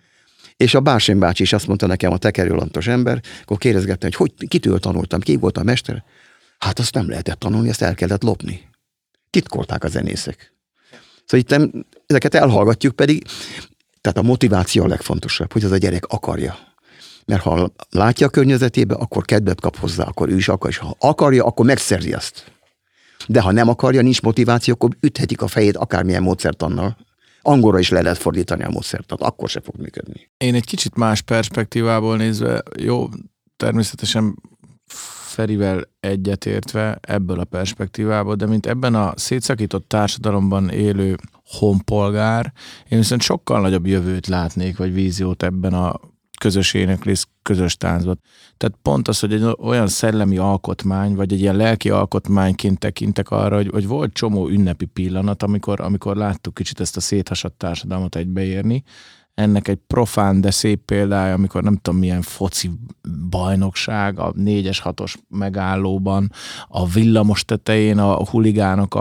És a Bársony bácsi is azt mondta nekem, a tekerőlantos ember, akkor kérdezgettem, hogy kitől tanultam, ki volt a mester? Hát azt nem lehetett tanulni, ezt el kellett lopni. Titkolták a zenészek. Szóval itt ezeket elhallgatjuk, pedig, tehát a motiváció a legfontosabb, hogy az a gyerek akarja. Mert ha látja a környezetébe, akkor kedvet kap hozzá, akkor ő is akar, és ha akarja, akkor megszerzi azt. De ha nem akarja, nincs motiváció, akkor üthetik a fejét akármilyen módszertannal. Angolra is le lehet fordítani a módszertant, akkor se fog működni. Én egy kicsit más perspektívából nézve, jó, természetesen Ferivel egyetértve ebből a perspektívából, de mint ebben a szétszakított társadalomban élő honpolgár, én viszont sokkal nagyobb jövőt látnék, vagy víziót ebben a közös éneklés, közös táncban. Tehát pont az, hogy egy olyan szellemi alkotmány, vagy egy ilyen lelki alkotmányként tekintek arra, hogy volt csomó ünnepi pillanat, amikor láttuk kicsit ezt a széthasadt társadalmat egybeérni. Ennek egy profán, de szép példája, amikor nem tudom milyen foci bajnokság, a 4-es, 6-os megállóban, a villamos tetején a huligánok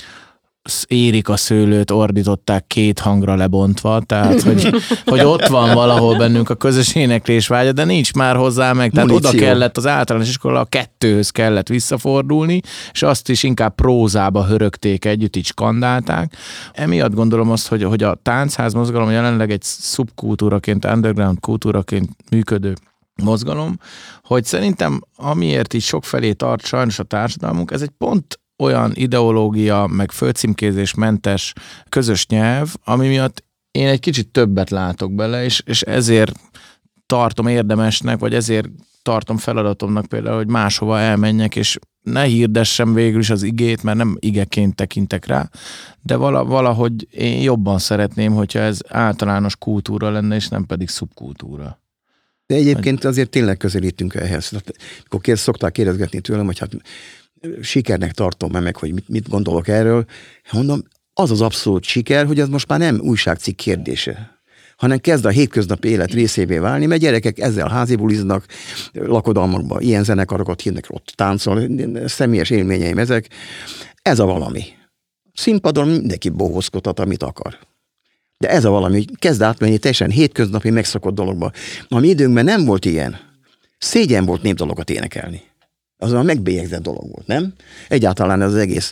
érik a szőlőt, ordították 2 hangra lebontva, tehát hogy ott van valahol bennünk a közös éneklés vágya, de nincs már hozzá meg, tehát oda kellett az általános iskola, a 2-höz kellett visszafordulni, és azt is inkább prózába hörögték együtt, így skandálták. Emiatt gondolom azt, hogy a táncház mozgalom jelenleg egy szubkultúraként, underground kultúraként működő mozgalom, hogy szerintem amiért így sokfelé tart sajnos a társadalmunk, ez egy pont olyan ideológia, meg földcímkézésmentes közös nyelv, ami miatt én egy kicsit többet látok bele, és ezért tartom érdemesnek, vagy ezért tartom feladatomnak például, hogy máshova elmenjek, és ne hirdessem végül is az igét, mert nem igeként tekintek rá, de valahogy én jobban szeretném, hogyha ez általános kultúra lenne, és nem pedig szubkultúra. De egyébként azért tényleg közelítünk ehhez. Akkor szokták kérdezgetni tőlem, hogy hát sikernek tartom meg, hogy mit gondolok erről. Mondom, az az abszolút siker, hogy ez most már nem újságcikk kérdése, hanem kezd a hétköznapi élet részévé válni, mert gyerekek ezzel házibuliznak, lakodalmakban ilyen zenekarokat hívnak, ott táncol, személyes élményeim ezek. Ez a valami. Színpadon mindenki bohózkodhat, amit akar. De ez a valami, hogy kezd átmenni teljesen hétköznapi megszokott dologba. A mi időnkben nem volt ilyen. Szégyen volt népdalokat énekelni. Az a megbélyegzett dolog volt, nem? Egyáltalán ez az egész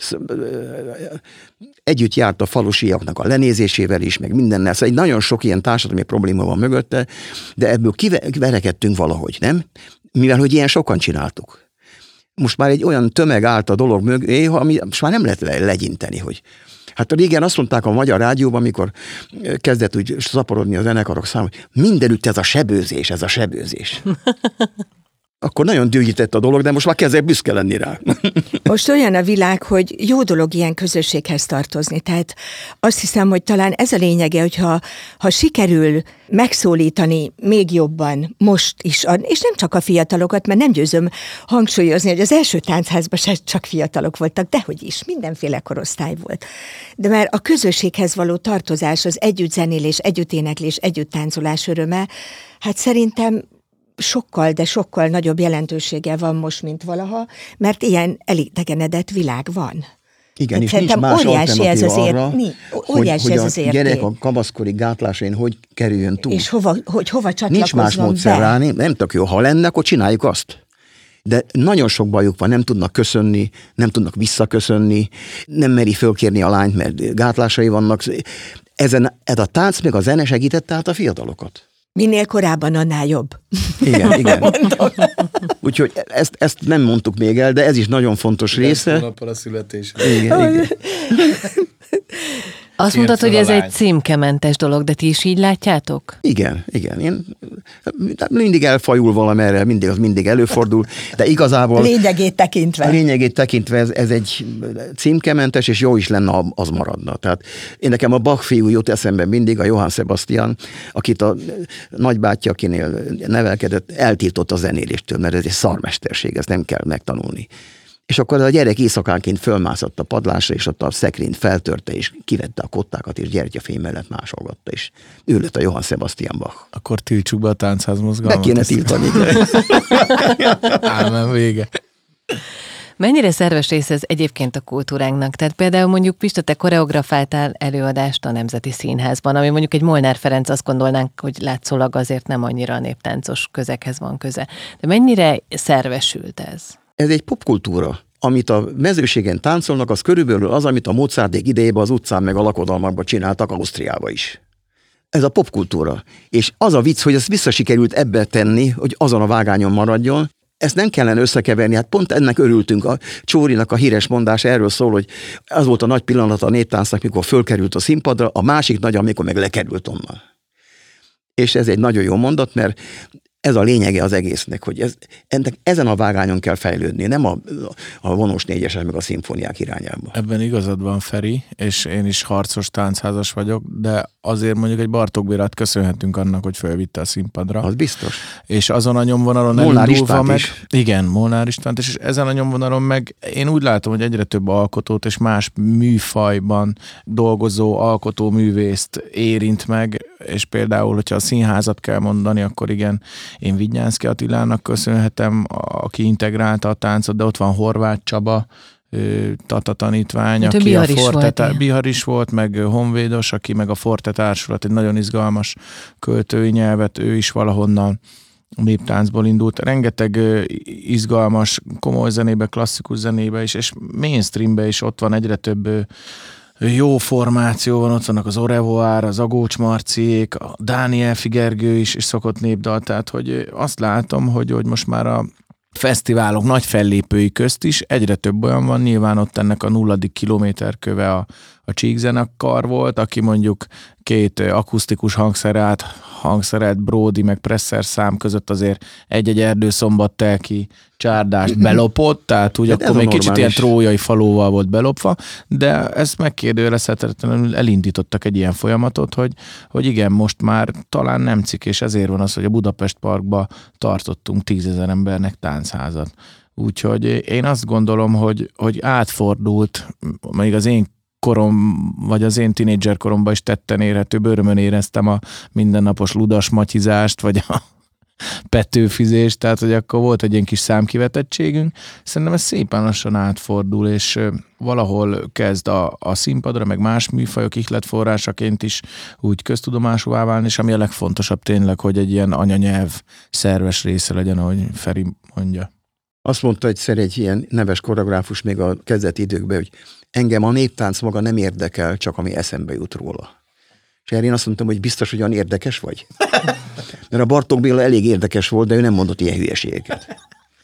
együtt járt a falusiaknak a lenézésével is, meg mindennel. Szóval egy nagyon sok ilyen társadalmi probléma van mögötte, de ebből kiverekedtünk valahogy, nem? Mivel, hogy ilyen sokan csináltuk. Most már egy olyan tömeg állt a dolog mögé, ami most már nem lehet legyinteni, hogy hát régen azt mondták a Magyar Rádióban, amikor kezdett úgy szaporodni a zenekarok száma, hogy mindenütt ez a sebőzés. Akkor nagyon dühített a dolog, de most már kezdek büszke lenni rá. Most olyan a világ, hogy jó dolog ilyen közösséghez tartozni. Tehát azt hiszem, hogy talán ez a lényege, hogyha sikerül megszólítani még jobban most is, és nem csak a fiatalokat, mert nem győzöm hangsúlyozni, hogy az első táncházban se csak fiatalok voltak, dehogy is, mindenféle korosztály volt. De már a közösséghez való tartozás, az együtt zenélés, együtt éneklés, együtt táncolás öröme, hát szerintem sokkal, de sokkal nagyobb jelentősége van most, mint valaha, mert ilyen elidegenedett világ van. Igen, és nincs más alternatíva arra, hogy a gyerek a kamaszkori gátlásain hogy kerüljön túl. És hova csatlakozzon nincs más módszer rá, nem tök jó. Ha lenne, akkor csináljuk azt. De nagyon sok bajuk van, nem tudnak köszönni, nem tudnak visszaköszönni, nem meri fölkérni a lányt, mert gátlásai vannak. Ez a tánc meg a zene segítette át a fiatalokat. Minél korábban, annál jobb. Igen. Úgyhogy ezt nem mondtuk még el, de ez is nagyon fontos része. Hónappal a születésre. Igen. Azt mondtad, hogy ez egy címkementes dolog, de ti is így látjátok? Igen. Én mindig elfajul valamerre, mindig előfordul, de igazából... A lényegét tekintve ez egy címkementes, és jó is lenne, az maradna. Tehát én nekem a Bach fiú jut eszembe mindig, a Johann Sebastian, akit a nagybátyja, akinél nevelkedett, eltiltott a zenéléstől, mert ez egy szarmesterség, ezt nem kell megtanulni. És akkor a gyerek éjszakánként fölmászott a padlásra, és ott a szekrényt feltörte, és kivette a kottákat, és gyertyafény mellett másolgatta, és ő lett a Johann Sebastian Bach. Akkor tiltsuk be a táncházmozgalmat. Be kéne tiltani. Ámen vége. Mennyire szerves része ez egyébként a kultúránknak? Tehát például mondjuk Pista, te koreografáltál előadást a Nemzeti Színházban, ami mondjuk egy Molnár Ferenc, azt gondolnánk, hogy látszólag azért nem annyira a néptáncos közeghez van köze. De mennyire szervesült ez? Ez egy popkultúra. Amit a mezőségen táncolnak, az körülbelül az, amit a Mozarték idejében az utcán meg a lakodalmakban csináltak Ausztriába is. Ez a popkultúra. És az a vicc, hogy ezt visszasikerült ebbe tenni, hogy azon a vágányon maradjon. Ezt nem kellene összekeverni, hát pont ennek örültünk. A Csórinak a híres mondása erről szól, hogy az volt a nagy pillanat a néptáncnak, mikor fölkerült a színpadra, a másik nagy, amikor meg lekerült onnan. És ez egy nagyon jó mondat, mert ez a lényege az egésznek, hogy ezen a vágányon kell fejlődni, nem a vonós négyesek meg a szimfóniák irányába. Ebben igazad van, Feri, és én is harcos táncházas vagyok, de azért mondjuk egy Bartók Bélát köszönhetünk annak, hogy fölvitte a színpadra. Az biztos. És azon a nyomvonalon elindulva meg... Igen, Molnár Istvánt, és ezen a nyomvonalon meg én úgy látom, hogy egyre több alkotót és más műfajban dolgozó alkotóművészt érint meg, és például, hogyha a színházat kell mondani, akkor igen, én Vignyánszky Attilának köszönhetem, aki integrálta a táncot, de ott van Horváth Csaba, Tata tanítvány, aki a Bihar is volt, meg Honvédos, aki meg a Forte Társulat, egy nagyon izgalmas költői nyelvet, ő is valahonnan néptáncból indult. Rengeteg izgalmas, komoly zenébe, klasszikus zenébe is, és mainstreambe is ott van egyre több jó formáció van, ott vannak az Orevoir, az Agócs Marciék, a Dániel Figergő is szokott népdal, tehát hogy azt látom, hogy most már a fesztiválok nagy fellépői közt is egyre több olyan van, nyilván ott ennek a 0. kilométerköve a Csíkzenekar volt, aki mondjuk 2 akusztikus hangszerelt Brody meg Presser szám között azért egy-egy erdőszombattelki csárdást belopott, tehát úgy akkor még kicsit ilyen trójai falóval volt belopva, de ezt megkérdőjelezhetetlenül elindítottak egy ilyen folyamatot, hogy igen, most már talán nem cikk, és ezért van az, hogy a Budapest Parkba tartottunk 10 000 embernek táncházat. Úgyhogy én azt gondolom, hogy átfordult, még az én korom, vagy az én tínédzser koromban is tetten érhető, bőrömön éreztem a mindennapos ludas matyizást, vagy a petőfizést, tehát hogy akkor volt egy ilyen kis számkivetettségünk. Szerintem ez szépen lassan átfordul, és valahol kezd a színpadra, meg más műfajok ihletforrásaként is úgy köztudomásúvá válni, és ami a legfontosabb tényleg, hogy egy ilyen anyanyelv szerves része legyen, ahogy Feri mondja. Azt mondta egyszer egy ilyen neves koreográfus még a kezdeti időkben, hogy engem a néptánc maga nem érdekel, csak ami eszembe jut róla. És erre én azt mondtam, hogy biztos, hogy olyan érdekes vagy? Mert a Bartók Béla elég érdekes volt, de ő nem mondott ilyen hülyeségeket.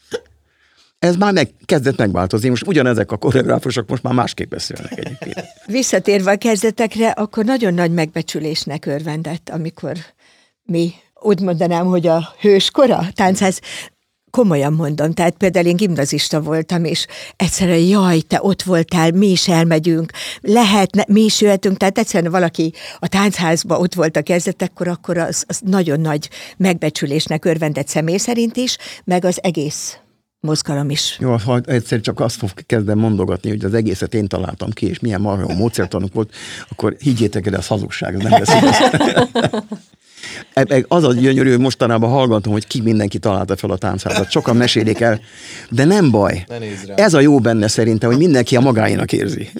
Ez már kezdett megváltozni. Most ugyanezek a koreográfusok most már másképp beszélnek egyébként. Visszatérve a kezdetekre, akkor nagyon nagy megbecsülésnek örvendett, amikor mi úgy mondanám, hogy a hőskora táncház. Komolyan mondom, tehát például én gimnazista voltam, és egyszerűen jaj, te ott voltál, mi is elmegyünk, mi is jöhetünk, tehát egyszerűen valaki a táncházba ott volt a kezdetekkor, akkor az nagyon nagy megbecsülésnek örvendett személy szerint is, meg az egész mozgalom is. Jó, ha egyszer csak azt fog kezdem mondogatni, hogy az egészet én találtam ki, és milyen marha módszertanuk volt, akkor higgyétek el, ez hazugság, ez nem lesz igaz. Az a gyönyörű, hogy mostanában hallgatom, hogy ki mindenki találta fel a táncházat. Sokan mesélik el, de nem baj. Ez a jó benne szerintem, hogy mindenki a magáénak érzi.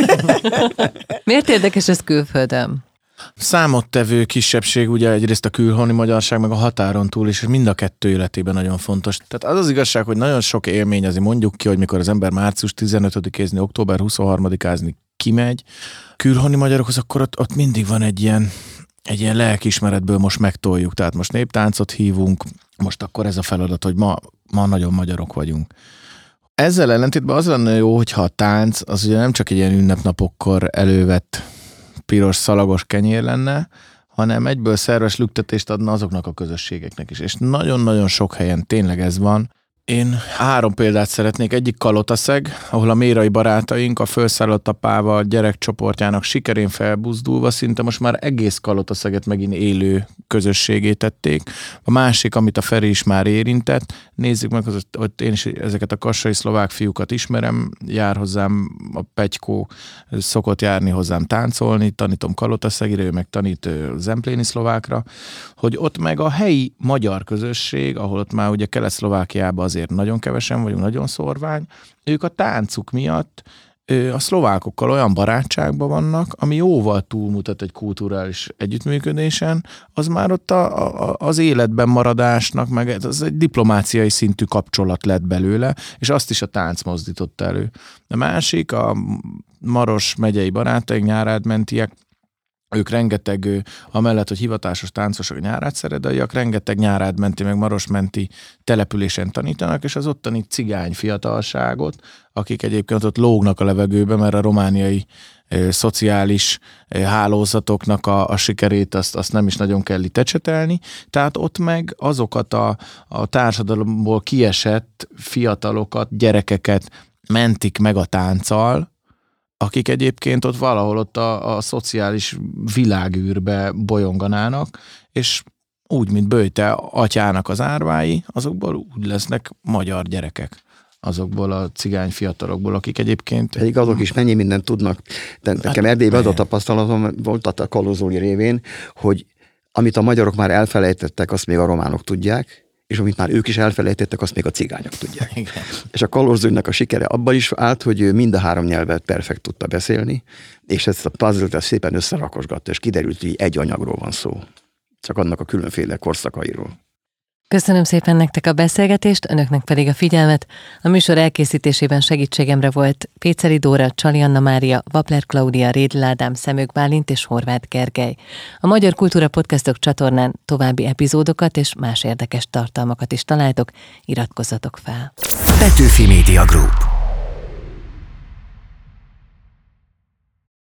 Miért érdekes ez külföldön? Számottevő kisebbség, ugye egyrészt a külhoni magyarság, meg a határon túl is, és mind a kettő életében nagyon fontos. Tehát az igazság, hogy nagyon sok élmény, azért mondjuk ki, hogy mikor az ember március 15-ézni, október 23-ázni kimegy, külhoni magyarokhoz, akkor ott mindig van egy ilyen lelkiismeretből most megtoljuk. Tehát most néptáncot hívunk, most akkor ez a feladat, hogy ma nagyon magyarok vagyunk. Ezzel ellentétben az lenne jó, hogyha a tánc az ugye nem csak egy ilyen ünnepnapokkor elővett piros szalagos kenyér lenne, hanem egyből szerves lüktetést adna azoknak a közösségeknek is. És nagyon-nagyon sok helyen tényleg ez van. Én 3 példát szeretnék. Egyik Kalotaszeg, ahol a mérai barátaink a felszállott apával gyerekcsoportjának sikerén felbuzdulva szinte most már egész Kalotaszeget megint élő közösségé tették. A másik, amit a Feri is már érintett, nézzük meg, hogy én is ezeket a kassai szlovák fiúkat ismerem, jár hozzám a Petykó, szokott járni hozzám táncolni, tanítom Kalotasegire, ő meg tanít zempléni szlovákra, hogy ott meg a helyi magyar közösség, ahol ott már ugye Kelet-Szlovákiában azért nagyon kevesen vagyunk, nagyon szórvány, ők a táncuk miatt a szlovákokkal olyan barátságban vannak, ami jóval túlmutat egy kulturális együttműködésen, az már ott az életben maradásnak, meg az egy diplomáciai szintű kapcsolat lett belőle, és azt is a tánc mozdította elő. A másik, a Maros megyei barátaink, nyárádmentiek, ők rengeteg, amellett, hogy hivatásos táncosok, nyárádszeredaiak, rengeteg nyárádmenti, meg marosmenti településen tanítanak, és az ottani cigány fiatalságot, akik egyébként ott lógnak a levegőbe, mert a romániai szociális hálózatoknak a sikerét azt nem is nagyon kell itt ecsetelni. Tehát ott meg azokat a társadalomból kiesett fiatalokat, gyerekeket mentik meg a tánccal, akik egyébként ott valahol ott a szociális világűrbe bolyonganának, és úgy, mint Böjte atyának az árvái, azokból úgy lesznek magyar gyerekek. Azokból a cigány fiatalokból, akik egyébként... Pedig azok is mennyi mindent tudnak. De nekem Erdélyben az a tapasztalatom volt a Kalózói révén, hogy amit a magyarok már elfelejtettek, azt még a románok tudják, és amit már ők is elfelejtettek, azt még a cigányok tudják. Igen. És a Kalózóinak a sikere abban is állt, hogy ő mind a 3 nyelvet perfekt tudta beszélni, és ezt a puzzle-t szépen összerakosgatta, és kiderült, hogy egy anyagról van szó. Csak annak a különféle korszakairól. Köszönöm szépen nektek a beszélgetést, önöknek pedig a figyelmet. A műsor elkészítésében segítségemre volt Péceli Dóra, Csali Anna Mária, Vapler Klaudia, Rédl Ádám, Szemők Bálint és Horváth Gergely. A Magyar Kultúra Podcastok csatornán további epizódokat és más érdekes tartalmakat is találtok, iratkozzatok fel. Petőfi Media Group.